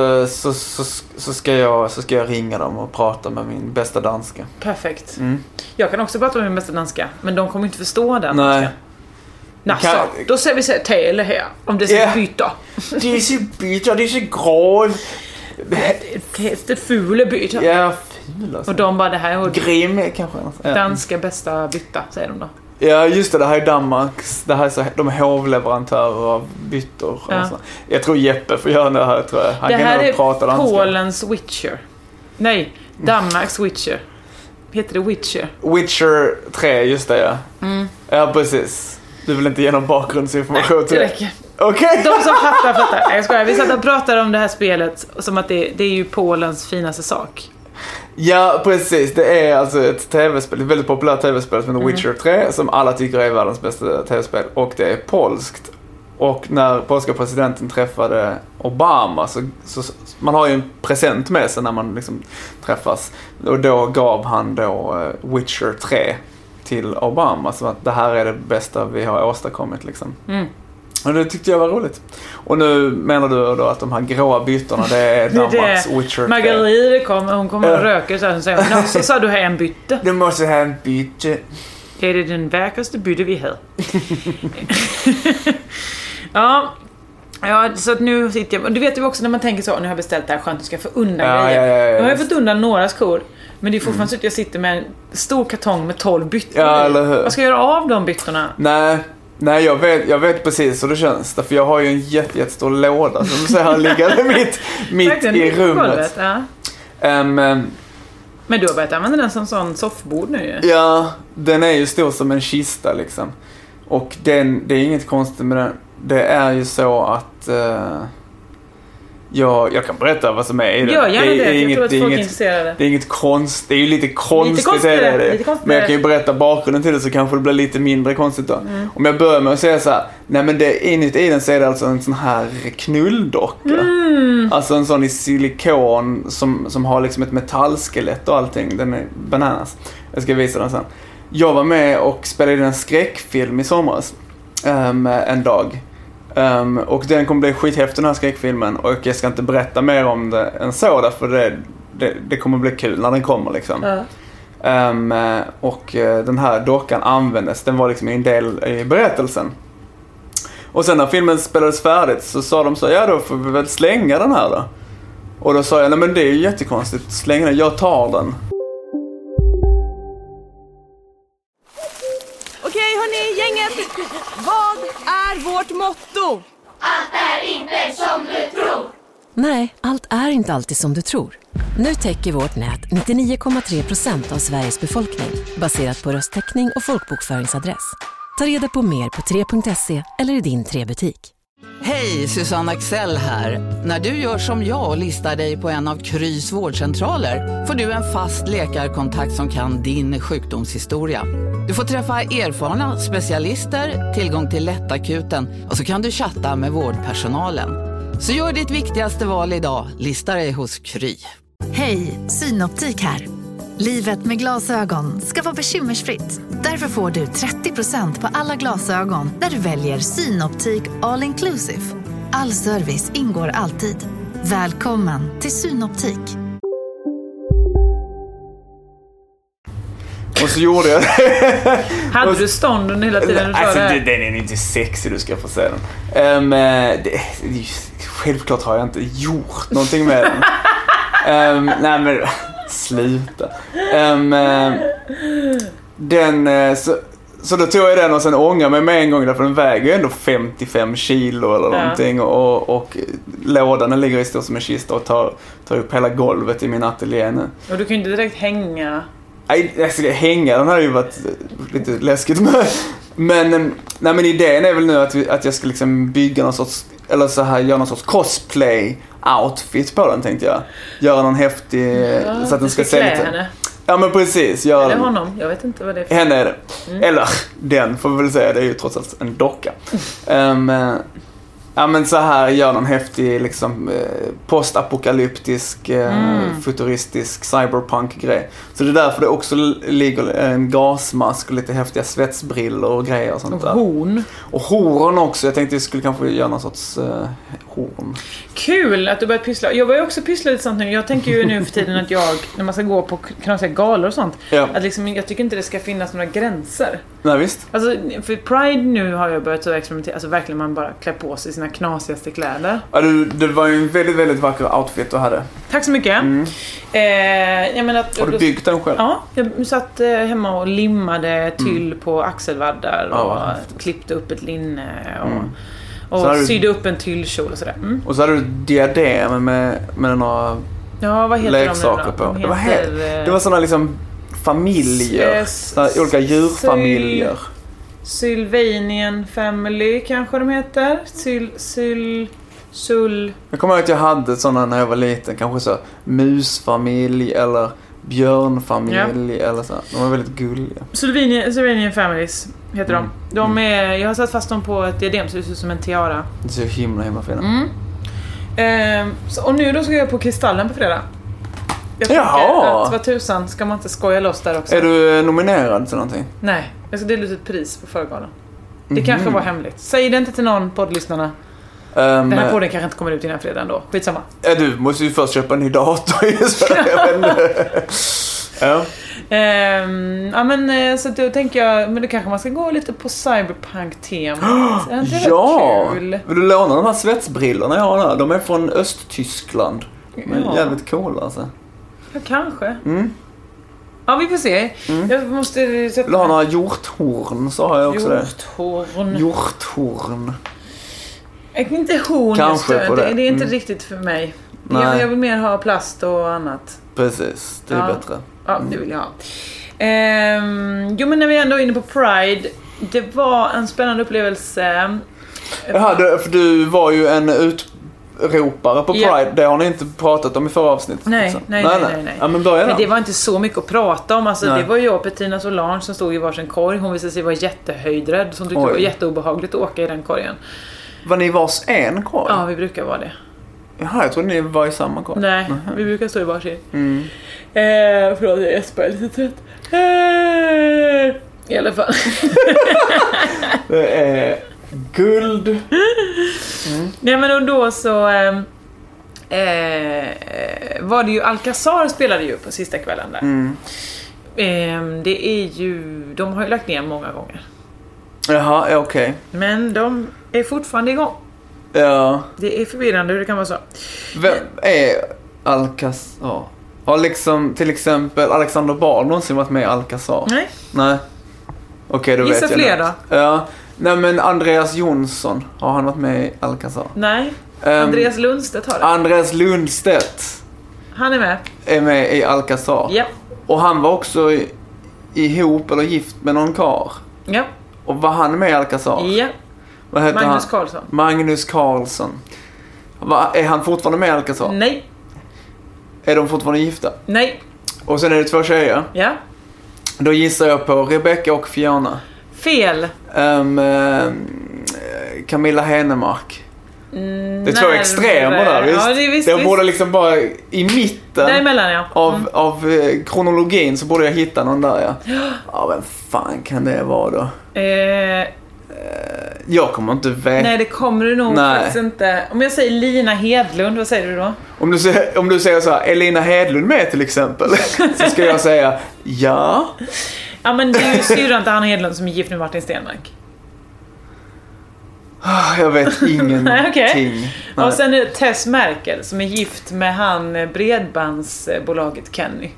så ska jag ringa dem och prata med min bästa danska. Perfekt. Jag kan också prata om min bästa danska, men de kommer inte förstå den. Nej. Nassa, då säger vi så här tale här, om det är så byta. Det är så byta, det är så grov. Det fula byta. Ja, fula. Och de bara, det här är Grim kanske. danska bästa bytta, säger de då. Ja, just det här är Danmarks. Det här är så, de är hovleverantörer av byttor. Ja. Jag tror Jeppe får göra det här, tror jag. Han det kan här är prata Polens Witcher. Nej, Danmarks Witcher. Heter det Witcher? Witcher 3, just det, ja. Ja, precis. Du vill inte ge någon bakgrundsinformation till det? Okej. De som fattar. Jag skojar. Vi satt och pratade om det här spelet som att det är ju Polens finaste sak. Ja, precis. Det är alltså ett tv-spel, ett väldigt populärt tv-spel som heter Witcher 3, som alla tycker är världens bästa tv-spel. Och det är polskt. Och när polska presidenten träffade Obama så man har ju en present med sig när man liksom träffas. Och då gav han då Witcher 3 till Obama, så att det här är det bästa vi har åstadkommit liksom. Och det tyckte jag var roligt. Och nu menar du då att de här gråa byttorna, det är Danmarks Witcher 3. Margarita kommer, hon kommer och röker så här, och säger, så sa du här en bytte. Du måste ha en bytte. Är det den verkaste bytte vi har? Ja, så att nu sitter jag... Och du vet ju också när man tänker så, nu har jag beställt det här skönt, du ska få undan grejer. Jag har ju fått undan några skor, men det är fortfarande så att jag sitter med en stor kartong med 12 byttor. Ja, eller hur? Vad ska jag göra av de byttorna? Nej, jag vet precis hur det känns. För jag har ju en jättestor låda som så här ligger mitt i rummet. Golvet, ja. Men du har börjat använda den som sån soffbord nu ju. Ja, den är ju stor som en kista liksom. Och det är inget konstigt med den. Det är ju så att jag kan berätta vad som är i den. Ja, gärna det. Jag tror att folk är intresserade. Det är inget konst. Det är ju lite konstigt. Men jag kan ju berätta bakgrunden till det, så kanske det blir lite mindre konstigt då. Om jag börjar med att säga så här: nej, men det inuti den så är det alltså en sån här knulldocka. Alltså en sån i silikon som har liksom ett metallskelett och allting. Den är bananas. Jag ska visa den sen. Jag var med och spelade in en skräckfilm i somras. En dag. Och den kommer bli skithäftig, den här skräckfilmen. Och jag ska inte berätta mer om det än så, därför det kommer bli kul när den kommer liksom. Och den här dockan användes. Den var liksom en del i berättelsen. Och sen när filmen spelades färdigt så sa de så: ja, då får vi väl slänga den här då. Och då sa jag: nej, men det är ju jättekonstigt, släng den, jag tar den. Okej, hörni, gänget. Vad är vårt motto? Allt är inte som du tror. Nej, allt är inte alltid som du tror. Nu täcker vårt nät 99,3% av Sveriges befolkning, baserat på röstteckning och folkbokföringsadress. Ta reda på mer på 3.se eller i din 3-butik. Hej, Susanne Axel här. När du gör som jag och listar dig på en av Krys vårdcentraler får du en fast läkarkontakt som kan din sjukdomshistoria. Du får träffa erfarna specialister, tillgång till lättakuten och så kan du chatta med vårdpersonalen. Så gör ditt viktigaste val idag, lista dig hos Kry. Hej, Synoptik här. Livet med glasögon ska vara bekymmersfritt. Därför får du 30% på alla glasögon när du väljer Synoptik All Inclusive. All service ingår alltid. Välkommen till Synoptik. Och så gjorde jag det. Hade du stånden hela tiden? Alltså, den är inte sexig, du ska få se den. Självklart har jag inte gjort någonting med den. Nej, men sluta. Så då tog jag den och sen ångade mig med en gång, därför den väger ju ändå 55 kilo eller någonting. Och lådan, den ligger i stor som en kista och tar upp hela golvet i min ateljé nu. Och du kan ju inte direkt hänga. Nej, jag ska hänga, den hade ju varit lite läskigt med. Men idén är väl nu att jag ska liksom bygga någon sorts, eller så här, göra någon sorts cosplay-outfit på den, tänkte jag. Göra någon häftig, så att den ska se lite... henne. Ja, men precis. Eller honom, jag vet inte vad det är för. Henne är det. Eller den, får vi väl säga, det är ju trots allt en docka. Ja men så här gör någon häftig liksom postapokalyptisk futuristisk cyberpunk-grej. Så det är därför det också ligger en gasmask och lite häftiga svetsbrillor och grejer och sånt där. Och horn också. Jag tänkte jag skulle kanske göra någon sorts horn. Kul att du börjat pyssla. Jag börjar också pyssla lite sånt nu. Jag tänker ju nu för tiden att när man ska gå på galor och sånt, att liksom, jag tycker inte det ska finnas några gränser. Nej, visst. Alltså, för Pride nu har jag börjat experimentera. Alltså verkligen man bara klär på sig sina knasigaste kläder. Ja, det var ju en väldigt, väldigt vacker outfit du hade. Tack så mycket. Jag menar att, har du byggt den själv? Ja, jag satt hemma och limmade tyll på axelvaddar och klippte upp ett linne och sydde upp en tyllkjol och sådär. Och så hade du diadem med några leksaker på. Det var sådana liksom familjer, olika djurfamiljer. Sylvanian Family kanske de heter. Jag kommer ihåg att jag hade sådana när jag var liten, kanske så musfamilj eller björnfamilj eller så. De var väldigt gulliga. Sylvanian Families heter de. Jag har satt fast dem på ett diadem så det ser ut som en tiara. Det ser himla fina. Och nu då ska jag på Kristallen på fredag. Jag tänker att vad tusan ska man inte skoja loss där också. Är du nominerad till någonting? Nej, jag ska dela ut ett pris på förgalan. Det kanske var hemligt. Säg det inte till någon poddlyssnarna. Den här podden kanske inte kommer ut innan fredag ändå. Skitsamma. Du måste ju först köpa en ny dator. Så då tänker jag, men då kanske man ska gå lite på cyberpunk-temat. Vill du låna de här svetsbrillorna jag har där? De är från Östtyskland. De är jävligt coola alltså. Ja, kanske. Ja, vi får se. Jag måste sätta... Vill du ha några hjorthorn så har jag också Hjorthorn. Inte horn. Kanske på det. Det är inte riktigt för mig. Jag vill mer ha plast och annat. Precis, det är bättre. Ja, det vill jag ha. Men när vi ändå är inne på Pride, det var en spännande upplevelse. Jaha, för du var ju en utropare på Pride. Det har ni inte pratat om i förra avsnittet. Nej. Ja, men det var inte så mycket att prata om. Alltså, det var jag och Bettina Solange som stod i varsin korg. Hon visade sig vara jättehöjdrädd. Som tyckte det var jätteobehagligt att åka i den korgen. Var ni vars en korg? Ja, vi brukar vara det. Jaha, jag trodde ni var i samma korg. Nej, vi brukar stå i varsin. Förlåt, jag är lite trött. I alla fall. Det är guld. Nej, men då så var det ju Alcazar spelade ju på sista kvällen där. Det är ju, de har ju lagt ner många gånger. Jaha, okej. Men de är fortfarande igång. Ja. Det är förvirrande hur det kan vara så. Vem är Alcazar? Har liksom till exempel Alexander Bard någonsin varit med i Alcazar? Nej. Okej, då vet jag. Gissa fler då. Ja. Nej, men Andreas Jonsson, har han varit med i Alcazar? Nej. Andreas Lundstedt har det. Andreas Lundstedt. Han är med. Är med i Alcazar. Ja. Och han var också ihop eller gift med någon karl. Ja. Och var han med i Alcazar? Ja. Vad heter Magnus Carlsson. Magnus Carlsson. Är han fortfarande med i Alcazar? Nej. Är de fortfarande gifta? Nej. Och sen är det 2 tjejer? Ja. Då gissar jag på Rebecca och Fiona. Fel. Camilla Henemark. Det är 2 extremer där, visst? Ja, det är visst. Jag borde liksom bara i mitten däremellan, av kronologin så borde jag hitta någon där, ja, vem fan kan det vara då? Jag kommer inte veta. Nej, det kommer du nog faktiskt inte. Om jag säger Lina Hedlund, vad säger du då? Om du säger så här, är Lina Hedlund med till exempel? Så ska jag säga, ja. Ja, men det är ju syrran till Hanna Hedlund som är gift med Martin Stenmark. Jag vet ingenting. Nej. Och sen är det Tess Merkel som är gift med han bredbandsbolaget Kenny.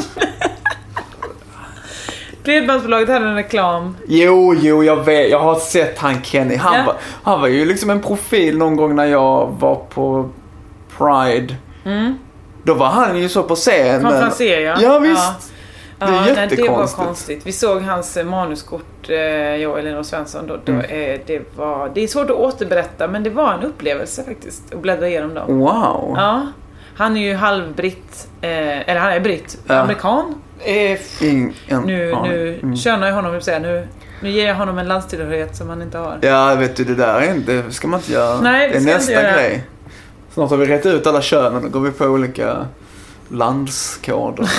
Bredbandsbolaget hade en reklam. Jo, jag vet. Jag har sett han Kenny. Han var ju liksom en profil någon gång när jag var på Pride. Då var han ju så på scen. Konferenser, ja, visst. Det är jättekonstigt. Det var konstigt. Vi såg hans manuskort, jag och Elinor Svensson. Det är svårt att återberätta, men det var en upplevelse faktiskt att bläddra igenom dem. Wow. Ja. Han är ju halvbritt, eller han är britt, amerikan. Nu könar jag honom, vill säga nu. Nu ger jag honom en landstillhörighet som han inte har. Ja, vet du, det där är inte, det ska man inte göra. Nej, det är nästa grej. Snart har vi rätt ut alla könen och går vi på olika landskoder.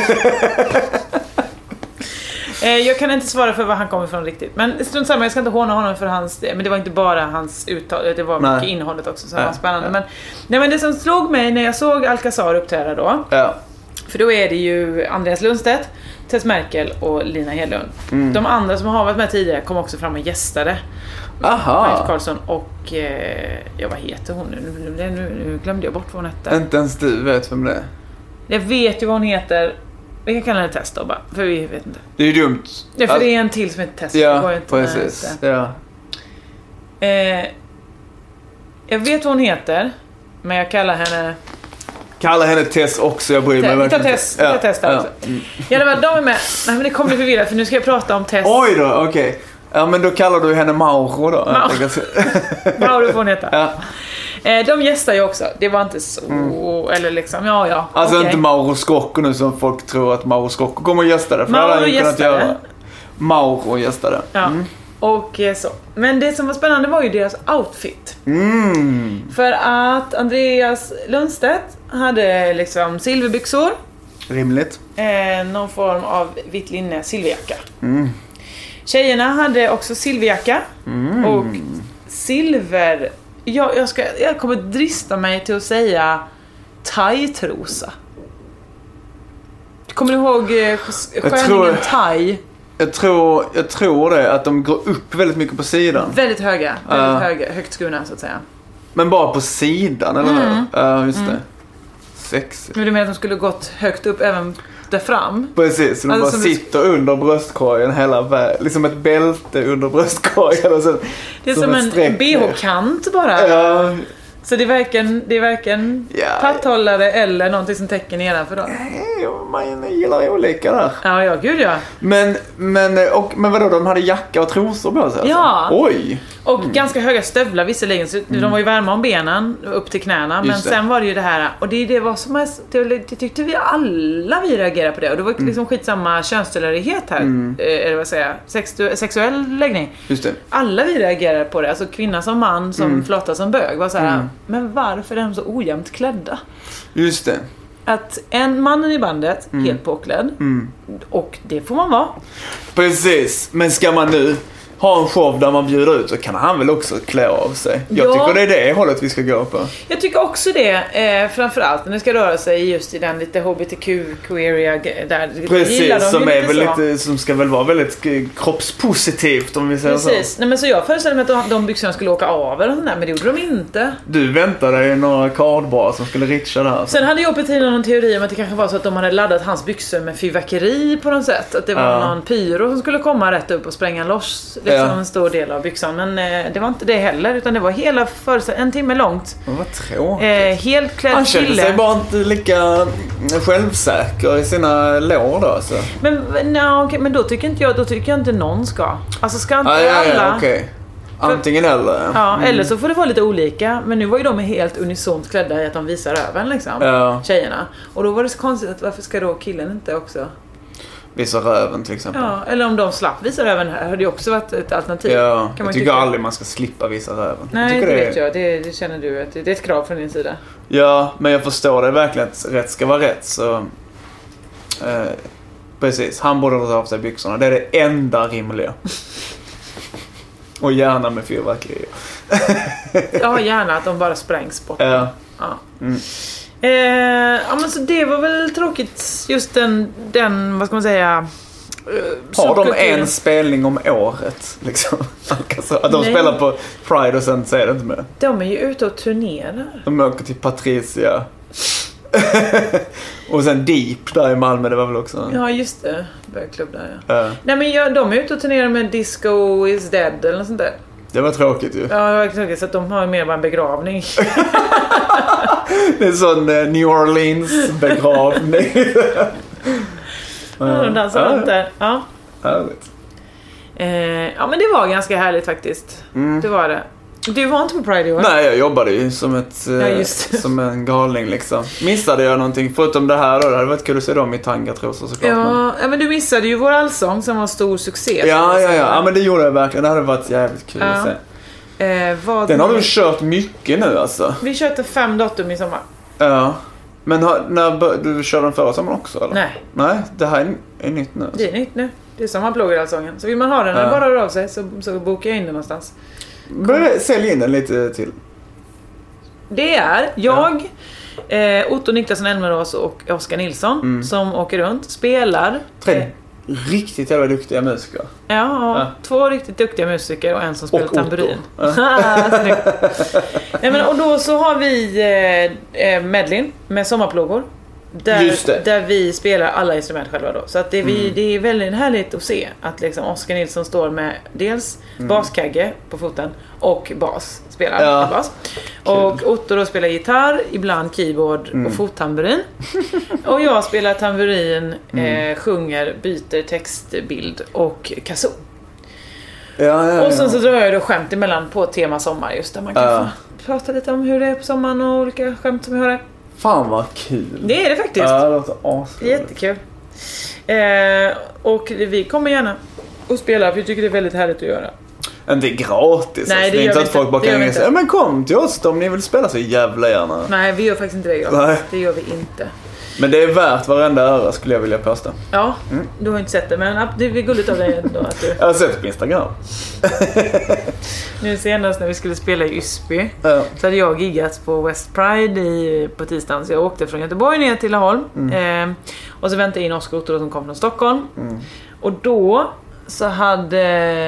Jag kan inte svara för var han kommer ifrån riktigt. Men strunt samma, jag ska inte håna honom för hans... Men det var inte bara hans uttal, det var mycket innehållet också som var spännande. Men det som slog mig när jag såg Alcazar uppträda då... Ja. För då är det ju Andreas Lundstedt, Tess Merkel och Lina Hedlund. De andra som har varit med tidigare kom också fram och gästade. Aha. Magnus Carlsson och... vad heter hon nu? Nu glömde jag bort vad hon hette. Inte ens du vet vem det är. Jag vet ju vad hon heter... Vi kan kalla henne Tess då bara, för vi vet inte. Det är ju dumt. Ja, för det är en till som heter Tess. Ja, precis. Ja. Jag vet vad hon heter, men jag kallar henne... Kalla henne Tess också, jag bryr mig verkligen. Tess där också. Ja, det var de är med. Nej, men det kommer bli förvirrat, för nu ska jag prata om Tess. Oj då, okej. Ja, men då kallar du henne Mauro då. Mauro får hon heta. Ja. De gästar ju också. Det var inte så... Eller liksom, ja. Alltså okay. inte Mauro Scocco nu som folk tror att Mauro Scocco kommer att gästa det. För Mauro gästade. Mauro gästade. Ja. Och så. Men det som var spännande var ju deras outfit. För att Andreas Lundstedt hade liksom silverbyxor. Rimligt. Någon form av vitt linne, silverjacka. Tjejerna hade också silverjacka. Och silver... Jag kommer drista mig till att säga thai-trosa. Kommer du ihåg sköningen thai? Jag tror det, att de går upp väldigt mycket på sidan. Väldigt höga, högt skurna så att säga. Men bara på sidan, eller? Ja, just det. Sexigt. Men du menar att de skulle gått högt upp även där fram? Precis, så de bara sitter under bröstkorgen hela vägen. Liksom ett bälte under bröstkorgen. Och sen, det är som en BH-kant bara. Ja. Så det är varken patthållare eller någonting som täcker nedanför då. Man gillar olika där. Ja, gud ja. Men vadå, de hade jacka och trosor på sig? Alltså. Ja. Oj. Och ganska höga stövlar visserligen, så de var ju varma om benen upp till knäna. Men sen var det ju det här, och det var som det tyckte vi alla reagerade på det. Och det var liksom skitsamma könstillhörighet här. Eller vad säger jag? Sexuell läggning. Just det. Alla vi reagerade på det. Alltså kvinna som man, som flotta som bög. Var så här, men varför är de så ojämnt klädda? Just det. Att mannen i bandet, helt påklädd. Och det får man vara. Precis, men ska man nu ha en show där man bjuder ut, så kan han väl också klä av sig. Jag tycker det är det hållet vi ska gå på. Jag tycker också det, framförallt när det ska röra sig just i den lite hbtq-queeria där. Precis, som är väl lite, som ska väl vara väldigt kroppspositivt, om vi säger så. Precis, nej, men så jag föreställde mig att de byxorna skulle åka av eller sånt där, men det gjorde de inte. Du väntade ju några kardbar som skulle richa där. Sen hade jag Petina någon teori om att det kanske var så att de hade laddat hans byxor med fyrverkeri på något sätt. Att det var någon pyro som skulle komma rätt upp och spränga loss en stor del av byxan, men det var inte det heller, utan det var hela en timme långt. Vad tråkigt. Helt klädd han kände sig bara inte lika självsäker i sina lår då, så. Men då tycker jag inte någon ska. Alltså ska inte alla. Okej. Antingen eller. Ja, eller så får det vara lite olika. Men nu var ju de helt unisont klädda i att de visar öven liksom, tjejerna. Och då var det så konstigt att varför ska då killen inte också visa röven till exempel. Ja, eller om de slapp visa röven här hade ju också varit ett alternativ. Ja, jag tycker aldrig man ska slippa visa röven. Nej, det vet jag. Det känner du att det är ett krav från din sida. Ja, men jag förstår det verkligen att rätt ska vara rätt, så precis, han borde ta av sig byxorna. Det är det enda rimliga. Och gärna med fyrverkerier. Ja, gärna att de bara sprängs bort. Ja. Men så det var väl tråkigt, just den vad ska man säga, har de en spelning om året liksom? Att de spelar på Pride och sen säger det inte med. De är ju ute och turnerar. De åker till Patricia. Och sen Deep där i Malmö, det var väl också. Ja, just det. Bögklubb där, Nej, men de är ute och turnerar med Disco is Dead eller något sånt där. Det var tråkigt ju. Ja, det var tråkigt, så att de har mer bara en begravning. Det är en sån New Orleans begravning. De dansar runt där. Härligt. Men det var ganska härligt faktiskt. Det var det. Du var inte på Pride i år? Nej, jag jobbade ju som som en galning liksom. Missade jag någonting förutom det här då? Det hade varit kul att se dem i tangatrosor såklart. Ja, men du missade ju vår allsång som var stor succé. Ja, men det gjorde jag verkligen. Det hade varit jävligt kul att se. Den har du kört mycket nu alltså. Vi körde 5 datum i sommar. Ja. Men när du körde den förra sommaren också eller? Nej, det här är nytt nu. Det är nytt nu. Det är sommarbloggerallsången. Så vill man ha den eller bara röra av sig så bokar jag in den någonstans. Sälj in den lite till. Det är jag, Otto Niklasson Elmerås och Oskar Nilsson som åker runt, spelar. 3 riktigt jävla duktiga musiker. Ja, 2 riktigt duktiga musiker och en som spelar tamburin. Och då så har vi Medlin med sommarplågor. Där vi spelar alla instrument själva då. Så att det är väldigt härligt att se att liksom Oskar Nilsson står med dels baskagge på foten och spelar bas. Och Otto då spelar gitarr, ibland keyboard och fottamburin. Och jag spelar tamburin, sjunger, byter textbild och kazoo. Och sen så drar jag då skämt emellan på tema sommar just där man kan få prata lite om hur det är på sommaren och olika skämt som vi har. Fan vad kul. Det är det faktiskt. Ja, det låter awesome. Jättekul. Och vi kommer gärna och spela för vi tycker det är väldigt härligt att göra. Men det är gratis. Nej, alltså. Det är inte att folk bara kan säga men kom till oss om ni vill spela så jävla gärna. Nej, vi gör faktiskt inte det gratis. Nej. Det gör vi inte. Men det är värt varenda öra skulle jag vilja påstå. Ja, du har inte sett det men det är gulligt av dig ändå att du... Jag har sett det på Instagram. Nu senast när vi skulle spela i Ysby så hade jag giggat på West Pride på tisdagen. Så jag åkte från Göteborg ner till Laholm. Och så väntade jag in Oskar Otto som kom från Stockholm. Och då så hade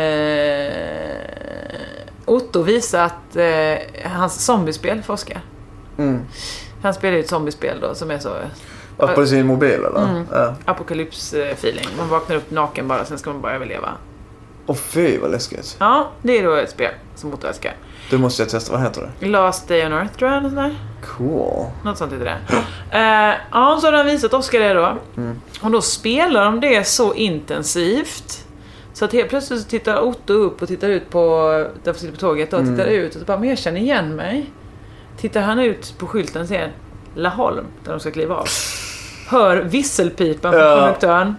Otto visat hans zombiespel för Oskar. Han spelar ju ett zombiespel då som är så... På sin mobil eller? Apokalyps-feeling. Man vaknar upp naken bara, sen ska man bara överleva. Och fy vad läskigt. Ja, det är då ett spel som Otto älskar. Du måste jag testa, vad heter det? Last Day on Earth tror jag eller sådär. Cool. Något sånt heter det. Ja, så har han visat Oskar det då. Och då spelar de det så intensivt. Så att helt plötsligt så tittar Otto upp och tittar ut på där sitter på tåget och tittar ut och så bara, men jag känner igen mig. Tittar han ut på skylten och ser Laholm där de ska kliva av. Hör visselpipan från konduktören.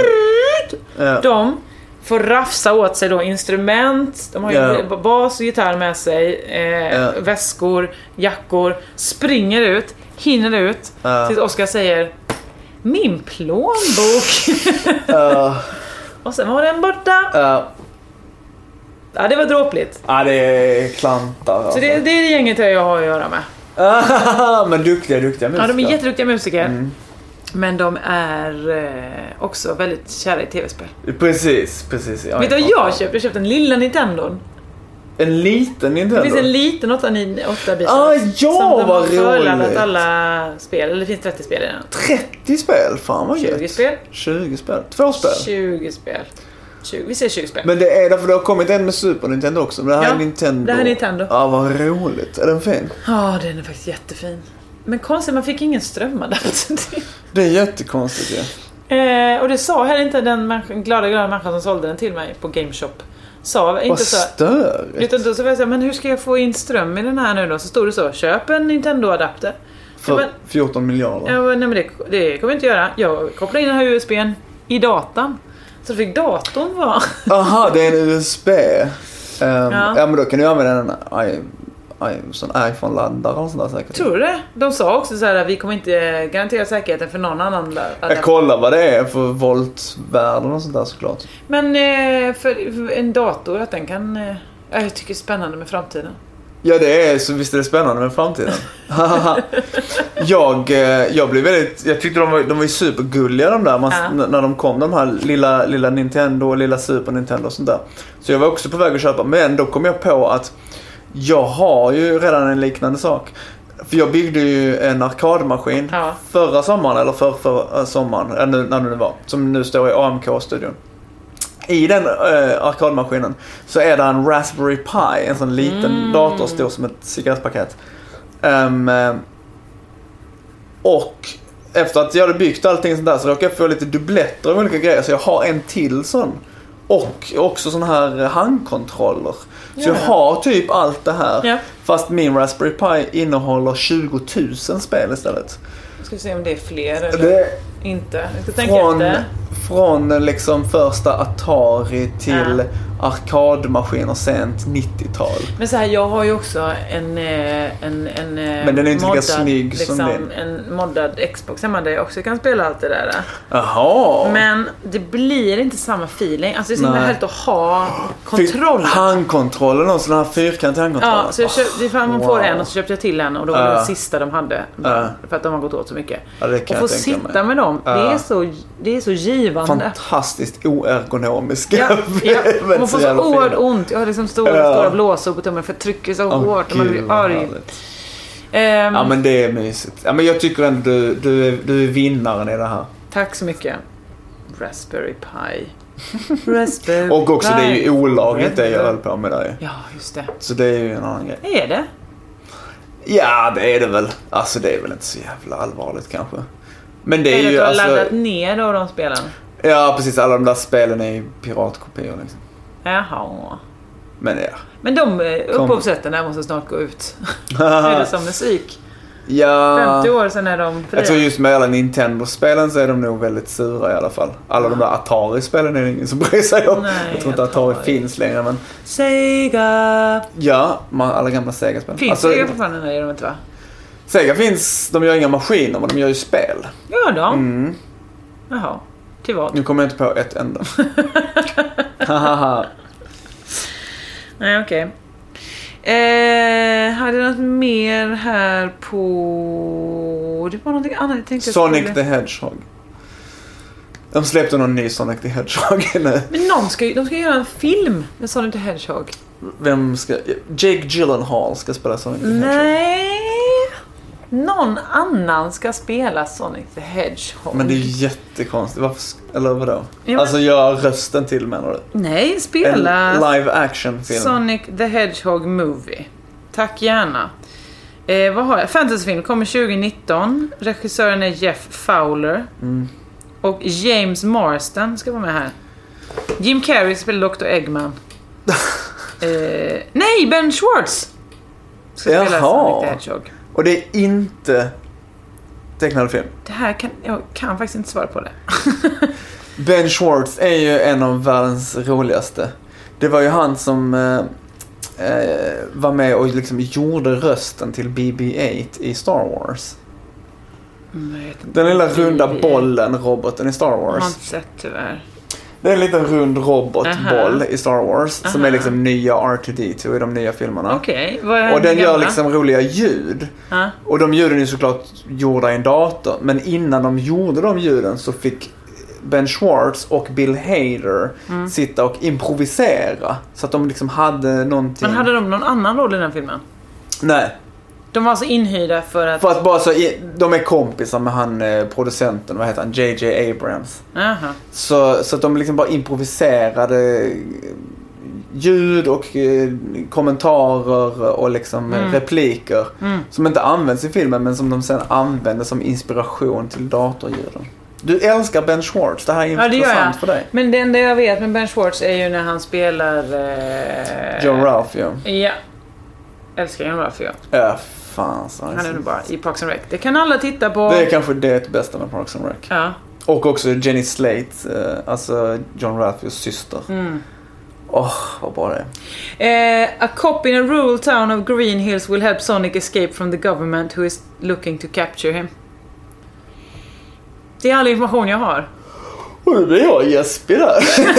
De får rafsa åt sig då instrument. De har ju bas och gitarr med sig. Väskor, jackor. Springer ut, hinner ut. Tills Oskar säger min plånbok. Och sen var den borta. Ja, det var dråpligt. Ja, det är klantar. Så det är det gänget jag har att göra med. Men duktiga musiker. Ja, de är jätteduktiga musiker. Men de är också väldigt kära i tv-spel. Precis. Ja, vet du vad jag köpte? Jag köpte en lilla Nintendo. En liten Nintendo? Det finns en liten 8-bitar. Som vad roligt. Alla spel. Eller det finns 30 spel i den. 30 spel? Fan vad 20 spel. 20 spel. 2 spel? 20 spel. Vi ser 20 spel. Men det är därför det har kommit en med Super Nintendo också. Men det här är Nintendo. Det här är Nintendo. Ja, vad roligt. Är den fin? Ja, den är faktiskt jättefin. Men konstigt, man fick ingen strömadapter. Det är jättekonstigt, och det sa här inte den glada människan som sålde den till mig på GameShop. Sa inte så. Störigt. Utan då så var jag så här, men hur ska jag få in ström i den här nu då? Så stod det så, köp en Nintendo-adapter. För 14 miljarder. Ja, nej, men det kommer jag inte göra. Jag kopplade in den här USB:n i datan. Så fick datorn vara. Aha, det är en USB. Ja, men då kan du använda en sån iPhone-laddare och sånt där säkert. Tror du det? De sa också så här, vi kommer inte garantera säkerheten för någon annan. Jag kollar vad det är för voltvärden och sånt där såklart. Men för en dator att den kan... jag tycker det är spännande med framtiden. Ja, det är så visst är det spännande med framtiden. jag blev väldigt... Jag tyckte de var ju supergulliga de där när de kom, de här lilla Nintendo och lilla Super Nintendo och sånt där. Så jag var också på väg att köpa, men då kom jag på att jag har ju redan en liknande sak. För jag byggde ju en arkadmaskin förra sommaren, eller för sommaren, när det nu var, som nu står i AMK-studion. I den arkadmaskinen så är det en Raspberry Pi, en sån liten dator, stor som ett cigarettpaket. Och efter att jag hade byggt allting sånt där så råkade jag få lite dubbletter av olika grejer, så jag har en till sån. och också såna här handkontroller. Så jag har typ allt det här. Fast min Raspberry Pi innehåller 20 000 spel istället. Jag ska se om det är fler eller inte. Jag ska tänka efter. Från liksom första Atari till arkadmaskiner sent 90-tal. Men så här, jag har ju också en men den är inte lika snygg liksom, som din. En moddad Xbox hemma där jag också kan spela allt det där. Jaha. Men det blir inte samma feeling. Alltså det är så himla härligt att ha kontroll. Handkontrollen och sådana här fyrkantiga handkontroller. Ja, så jag köpte, man får en och så köpte jag till en och då var det den sista de hade. För att de har gått åt så mycket. Ja, det kan och få sitta med dem, det är så givande. Fantastiskt oergonomiska. Ja. Man får så oerhört ont. Jag har liksom stora blåsor på tummen för jag trycker så hårt och man blir arg. Ja, men det är mysigt. Ja, men jag tycker ändå du är vinnaren i det här. Tack så mycket. Raspberry Pi. Raspberry och också Pi. Det är ju olagligt det jag höll på med där. Ja, just det. Så det är ju en annan grej. Är det? Ja, det är det väl. Alltså det är väl inte så jävla allvarligt kanske. Men det är ju att du har alltså laddat ner då de spelen. Ja, precis. Alla de där spelen är ju piratkopior liksom. Jaha. Men ja. Men de upphovsrätten där måste snart gå ut. Är det som musik? Ja. 50 år sedan är de fria. Jag tror just med alla Nintendo-spelen så är de nog väldigt sura i alla fall. Alla de där Atari-spelen är det ingen som bryr sig om. Jag tror inte Atari finns längre, men Sega. Ja, alla gamla Sega-spel. Finns alltså, Sega fortfarande? Nej, de inte va? Sega finns, de gör inga maskiner, men de gör ju spel. Gör de? Jaha, till vad? Nu kommer jag inte på ett enda. Hahaha. Nej, okej. Hade något mer här på... Det var någonting annat jag tänkte. Sonic the Hedgehog. De släppte någon ny Sonic the Hedgehog nu. Men de ska göra en film med Sonic the Hedgehog. Vem ska... Jake Gyllenhaal ska spela Sonic the Hedgehog. Nej. Någon annan ska spela Sonic the Hedgehog. Men det är jättekonstigt. Varför, eller vadå? Ja, alltså gör rösten till, menar du? Nej, spela en live action film. Sonic the Hedgehog movie. Tack gärna. Vad har jag? Fantasyfilm kommer 2019. Regissören är Jeff Fowler. Och James Marsden ska vara med här. Jim Carrey spelar Dr. Eggman. Nej, Ben Schwartz ska spela Sonic the Hedgehog. Och det är inte tecknad film. Det här jag kan faktiskt inte svara på det. Ben Schwartz är ju en av världens roligaste. Det var ju han som var med och liksom gjorde rösten till BB-8 i Star Wars. Den lilla runda bollen, roboten i Star Wars. Jag har inte sett tyvärr. Det är en liten rund robotboll i Star Wars som är liksom nya R2D2 i de nya filmerna. Okej. Och den gör liksom roliga ljud. Och de ljuden är såklart gjorda i en dator. Men innan de gjorde de ljuden så fick Ben Schwartz och Bill Hader sitta och improvisera. Så att de liksom hade någonting. Men hade de någon annan roll i den filmen? Nej. De var alltså inhyrda för att bara så de är kompisar med han producenten, vad heter han? J.J. Abrams. Så att de liksom bara improviserade ljud och kommentarer och liksom repliker som inte används i filmen men som de sen använder som inspiration till datorljuden. Du älskar Ben Schwartz, det här är intressant för dig. Men det enda jag vet med Ben Schwartz är ju när han spelar John Ralph, ja. Älskar John Ralph, ja. Fan, han är nu bara i Parks and Rec. Det kan alla titta på. Det är kanske det bästa med Parks and Rec. Ja. Och också Jenny Slate, alltså John Ralphs syster. Vad bra det är. A cop in a rural town of Green Hills will help Sonic escape from the government who is looking to capture him. Det är all information jag har. Och det blir jag gäspig där.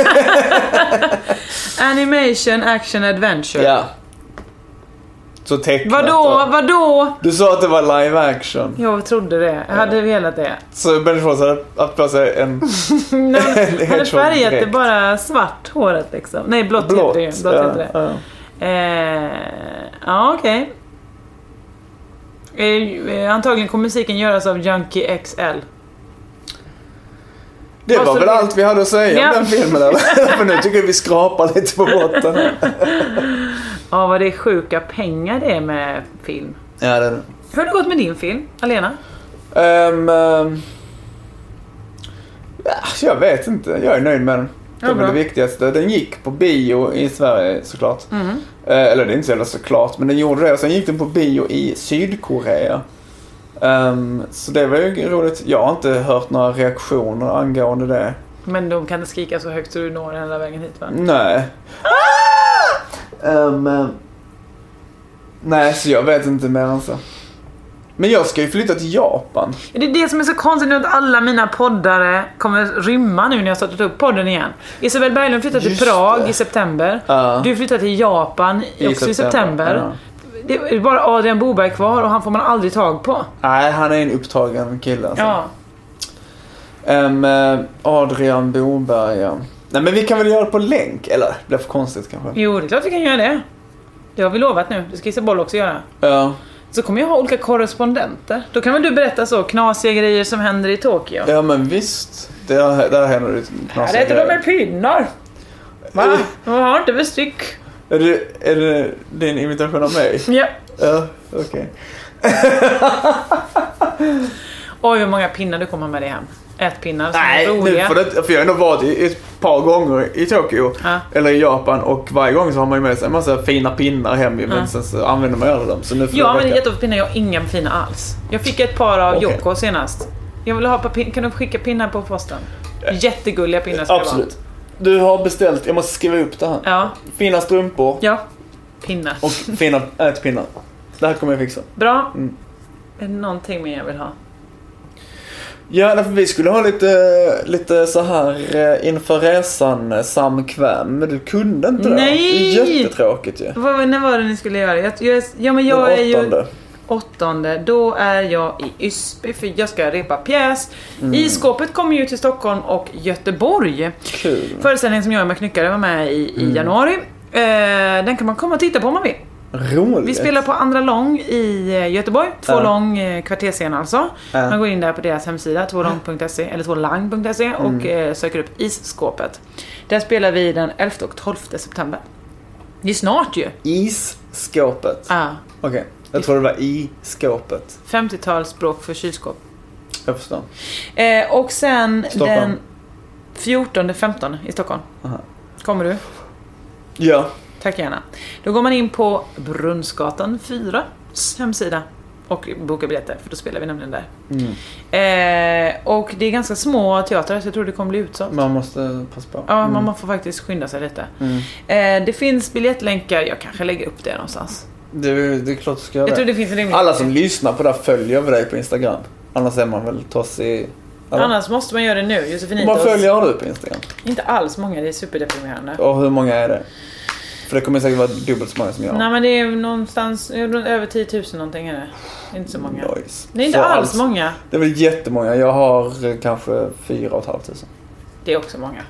Animation, action, adventure. Ja. Så tecknat. Vadå? Du sa att det var live action. Jag trodde det. Jag hade velat det. Så Ben Schwartz hade haft på sig en han hade färgat det bara svart håret liksom. Nej, blått heter det. Ja, okej. Antagligen kommer musiken göras av Junkie XL. Det var väl allt vi hade att säga om den filmen eller? För nu tycker vi skrapar lite på botten. Ja, vad det är sjuka pengar det är med film. Ja, det är det. Hur har det gått med din film, Alena? Jag vet inte. Jag är nöjd med den. Det var det viktigaste. Den gick på bio i Sverige såklart. Eller det är inte så jävla såklart, men den gjorde det. Och sen gick den på bio i Sydkorea. Så det var ju roligt. Jag har inte hört några reaktioner angående det. Men de kan inte skrika så högt så du når den hela vägen hit, va? Nej. Nej, så jag vet inte mer än så. Men jag ska ju flytta till Japan. Det är det som är så konstigt nu, att alla mina poddare kommer rymma nu när jag startat upp podden igen. Isabel Berglund flyttar till Prag i september. Du flyttar till Japan också i september. Det är bara Adrian Boberg kvar och han får man aldrig tag på. Nej, han är en upptagen kille alltså. Adrian Boberg, ja. Nej, men vi kan väl göra det på länk, eller? Det blir för konstigt kanske. Jo, det är klart vi kan göra det. Det har vi lovat nu. Det ska Isabel också göra. Ja. Så kommer jag ha olika korrespondenter. Då kan väl du berätta så knasiga grejer som händer i Tokyo. Ja, men visst. Där händer det knasiga grejer. Det är de med pinnar. Va? De har inte bestick. Är det din imitation av mig? Ja. Ja, okej. Oj, hur många pinnar du kommer med dig hem. Ätpinnar som är roliga. Nej, för jag har ändå varit ett par gånger i Tokyo. Eller i Japan. Och varje gång så har man ju med sig en massa fina pinnar hem. Men sen så använder man alla dem. Så nu men det är jättefina pinnar. Jag har inga fina alls. Jag fick ett par av Yoko senast. Jag vill ha kan du skicka pinnar på posten? Jättegulliga pinnar ska absolut. Du har beställt, jag måste skriva upp det här. Ja. Fina strumpor. Ja, pinnar. Och fina ätpinnar. Det här kommer jag fixa. Bra. Är det någonting mer jag vill ha? Ja, därför vi skulle ha lite så här inför resan samkväm. Men du kunde inte det. Nej! Det är jättetråkigt ju. När var det ni skulle göra? Jag är ju 8:e. Då är jag i Ysby för jag ska repa pjäs. Iskåpet kommer ju till Stockholm och Göteborg. Kul. Föreställningen som jag är med Knyckare var med i januari. Den kan man komma och titta på om man vill. Roligt. Vi spelar på Andra Lång i Göteborg. 2 lång kvartersscen alltså. Man går in där på deras hemsida 2long.se eller 2lang.se och söker upp Isskåpet. Där spelar vi den 11 och 12 september. Det är snart ju. Isskåpet? Ja. Okej. Jag tror det var i skåpet. 50-talsspråk för kylskåp. Jag förstår. Och sen Stockholm. Den 14-15 i Stockholm. Aha. Kommer du? Ja. Tack gärna. Då går man in på Brunnsgatan 4 hemsida och bokar biljetter, för då spelar vi nämligen där. Och det är ganska små teatrar, så jag tror det kommer bli utsålt. Man måste passa på. Ja, man får faktiskt skynda sig lite. Det finns biljettlänkar, jag kanske lägger upp det någonstans. Det är klart du ska göra. Jag tror det finns en alla som lyssnar på det följer över dig på Instagram. Annars är man väl tossig. Annars måste man göra det nu. Josefinitos. Vad följer du på Instagram? Inte alls många, det är superdeprimerande. Och hur många är det? För det kommer säkert vara dubbelt så många som jag. Nej, men det är någonstans över 10 000 någonting är det. Det är inte så många. Nice. Det är inte alls många. Det är väl jättemånga. Jag har kanske 4 500. Det är också många.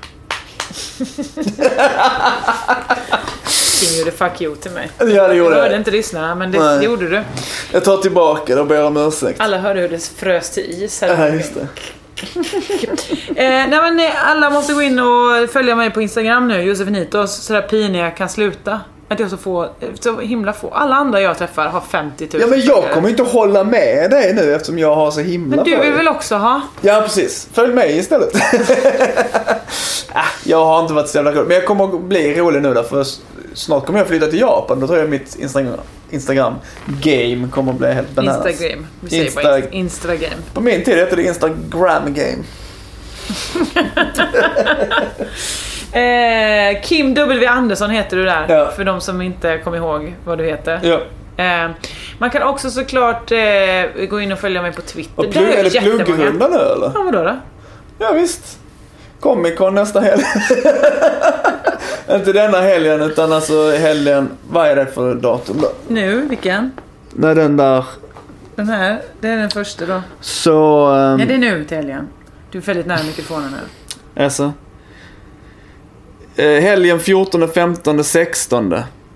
King gjorde fuck you till mig. Ja, det gjorde jag hörde inte lyssnarna, men det gjorde du. Jag tar tillbaka det och ber om ursäkt. Alla hörde hur det frös till is. Ja, just det. Nej, men alla måste gå in och följa mig på Instagram nu, Josefinitos, så där piniga kan sluta. Att jag så himla få. Alla andra jag träffar har 50 000. Ja, men jag kommer inte hålla med dig nu eftersom jag har så himla. Men du vill väl också ha? Ja, precis. Följ mig istället. Jag har inte varit så jävla rolig. Men jag kommer att bli rolig nu därför snart kommer jag flytta till Japan. Då tror jag mitt Instagram-game kommer att bli helt bananas. Instagram. Vi säger bara Instagram. På min tid heter det Instagram-game. Kim W. Andersson heter du där. Ja. För de som inte kommer ihåg vad du heter. Ja. Man kan också såklart gå in och följa mig på Twitter. Och är det pluggrunda nu eller? Ja, vadå då? Ja, visst. Comic-Con nästa helg. Inte denna helgen utan alltså helgen. Vad är det för datum då? Nu, vilken? Nej, den där. Den här, det är den första då. Så... Ja, det är nu till helgen. Du är väldigt nära mikrofonen nu. Alltså. Helgen 14, 15, 16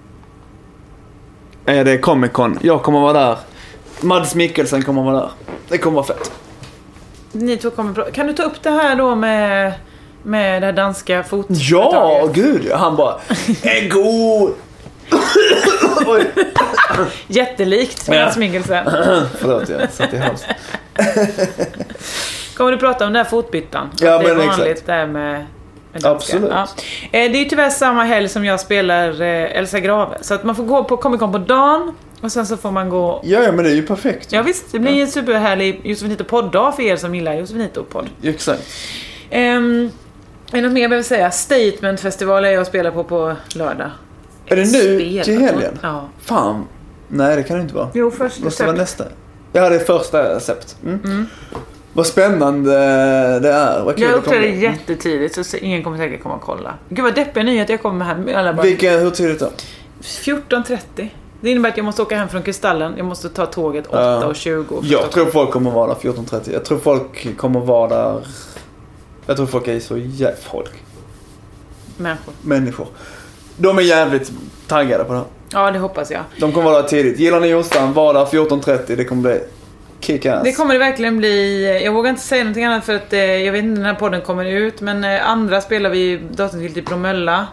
är det Comic-Con. Jag kommer vara där. Mads Mikkelsen kommer vara där. Det kommer vara fett. Ni två kommer... Kan du ta upp det här då med det här danska fotföretaget? Ja, gud. Han bara... Är god... Oj. Jättelikt Mads Mikkelsen. Förlåt, jag satt i halsen. Kommer du prata om den här fotbyttan? Ja, det är men vanligt exakt. där med Absolut. Ja. Det är ju tyvärr samma helg som jag spelar Elsa Grave. Så att man får gå på Comic Con på dagen. Och sen så får man gå... Ja, men det är ju perfekt. Ja visst, det blir en superhärlig Josefinito-podd-dag för er som gillar Josefinito-podd. Exakt. Är något mer jag vill säga? Statement-festival är jag spelar på lördag. Är det nu till helgen? Ja. Fan. Nej, det kan det inte vara. Jo, först måste vara nästa. Ja, det är första recept. Vad spännande det är. Vad kul jag uppträdde jättetidigt så ingen kommer säkert komma och kolla. Gud vad deppiga nyheter jag kommer här med alla bara... Hur tidigt då? 14.30. Det innebär att jag måste åka hem från Kristallen. Jag måste ta tåget 8:20. Jag tror folk kommer vara där 14.30. Jag tror folk kommer vara där... Jag tror folk är så folk. Människor. De är jävligt taggade på det här. Ja, det hoppas jag. De kommer vara där tidigt. Gillar ni Jonstan, var där 14.30. Det kommer bli kick-ass. Det kommer det verkligen bli. Jag vågar inte säga någonting annat för att jag vet inte när den här podden kommer ut. Men andra spelar vi datorn till Bromölla.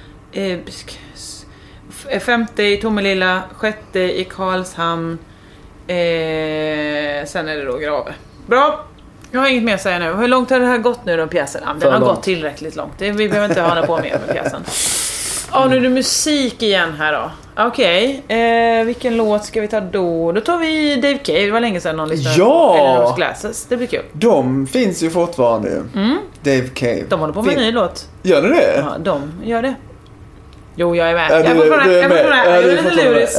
5:e i Tomelilla, 6:e i Karlshamn. Sen är det då Grave. Bra. Jag har inget mer att säga nu. Hur långt har det här gått nu då, pjäsen? Den har gått tillräckligt långt. Vi behöver inte hålla på mer med pjäsen. Nu är det musik igen här då. Okej. Vilken låt ska vi ta då? Då tar vi Dave Cave. Det var länge sedan någon lyssnade på Eleanor's Glasses. Det blir kul. De finns ju fortfarande. Dave Cave. De håller på med en ny låt. Gör ni det? Ja, de gör det. Jo, jag är med. Jag är lite luris.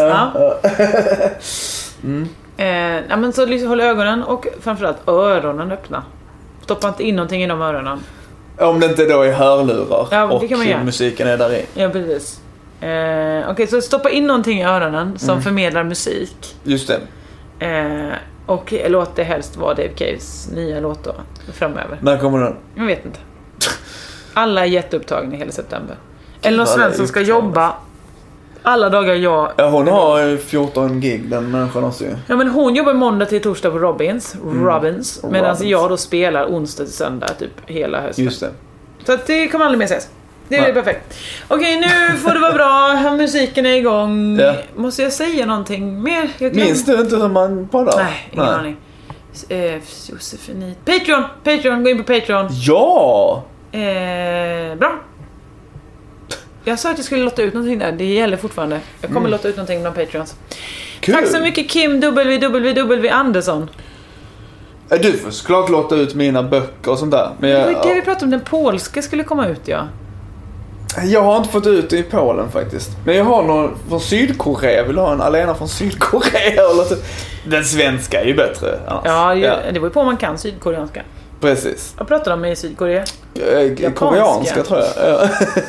Ja, men så håll ögonen och framförallt öronen öppna. Stoppa inte in någonting i de öronen. Om det inte då är hörlurar och musiken är där i. Ja, precis. Okej, så stoppa in någonting i öronen som förmedlar musik. Just det. Och låt det helst vara Dave Caves nya låt då framöver. När kommer den? Jag vet inte. Alla är jätteupptagna i hela september. Eller Svensson ska jobba alla dagar Ja, hon har 14 gig, den människan också ju. Ja, men hon jobbar måndag till torsdag på Robins. Medan jag då spelar onsdag till söndag typ hela hösten. Just det. Så att det kommer aldrig mer ses. Det är perfekt. Okej, nu får det vara bra. Musiken är igång. Ja. Måste jag säga någonting mer? Minns du inte hur man poddar? Nej, ingen aning. Josefinito. Patreon, gå in på Patreon. Ja! Bra. Jag sa att jag skulle låta ut någonting där. Det gäller fortfarande. Jag kommer låta ut någonting bland Patreons. Kul. Tack så mycket Kim W Andersson. Du får såklart låta ut mina böcker och sånt där. Men det var det vi pratade om, den polska skulle komma ut, ja. Jag har inte fått ut det i Polen faktiskt. Men jag har någon från Sydkorea. Vill ha en Alena från Sydkorea. Den svenska är ju bättre annars. Ja, det var ju på om man kan sydkoreanska. Precis. Vad pratar de i Sydkorea? Koreanska tror jag.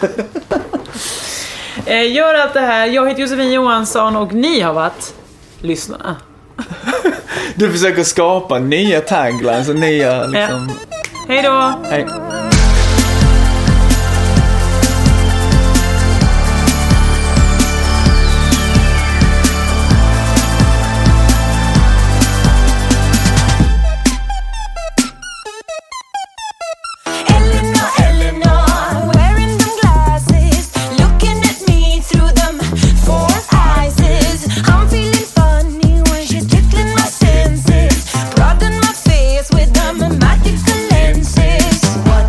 Gör allt det här. Jag heter Josefin Johansson och ni har varit lyssnarna. Du försöker skapa nya taglines och nya liksom... Hej då! Hej. Magical lenses. What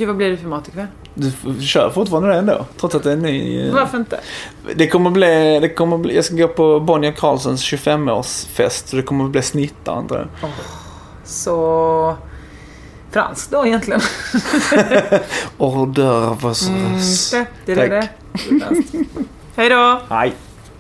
Gud, vad blir det för mat ikväll? Du kör fortfarande det ändå, trots att det är ny. Varför inte? Det kommer bli, jag ska gå på Bonnier Carlsons 25-årsfest, så det kommer bli snittar, antar jag. Så fransk då egentligen. Hors d'oeuvres. Det är det. Hej då! Hej.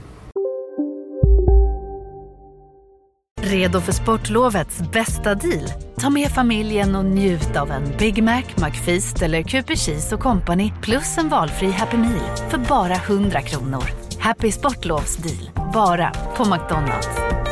Redo för sportlovets bästa deal? Ta med familjen och njut av en Big Mac, McFeast eller Cooper Cheese och Company plus en valfri Happy Meal för bara 100 kronor. Happy Sportlovs deal, bara på McDonald's.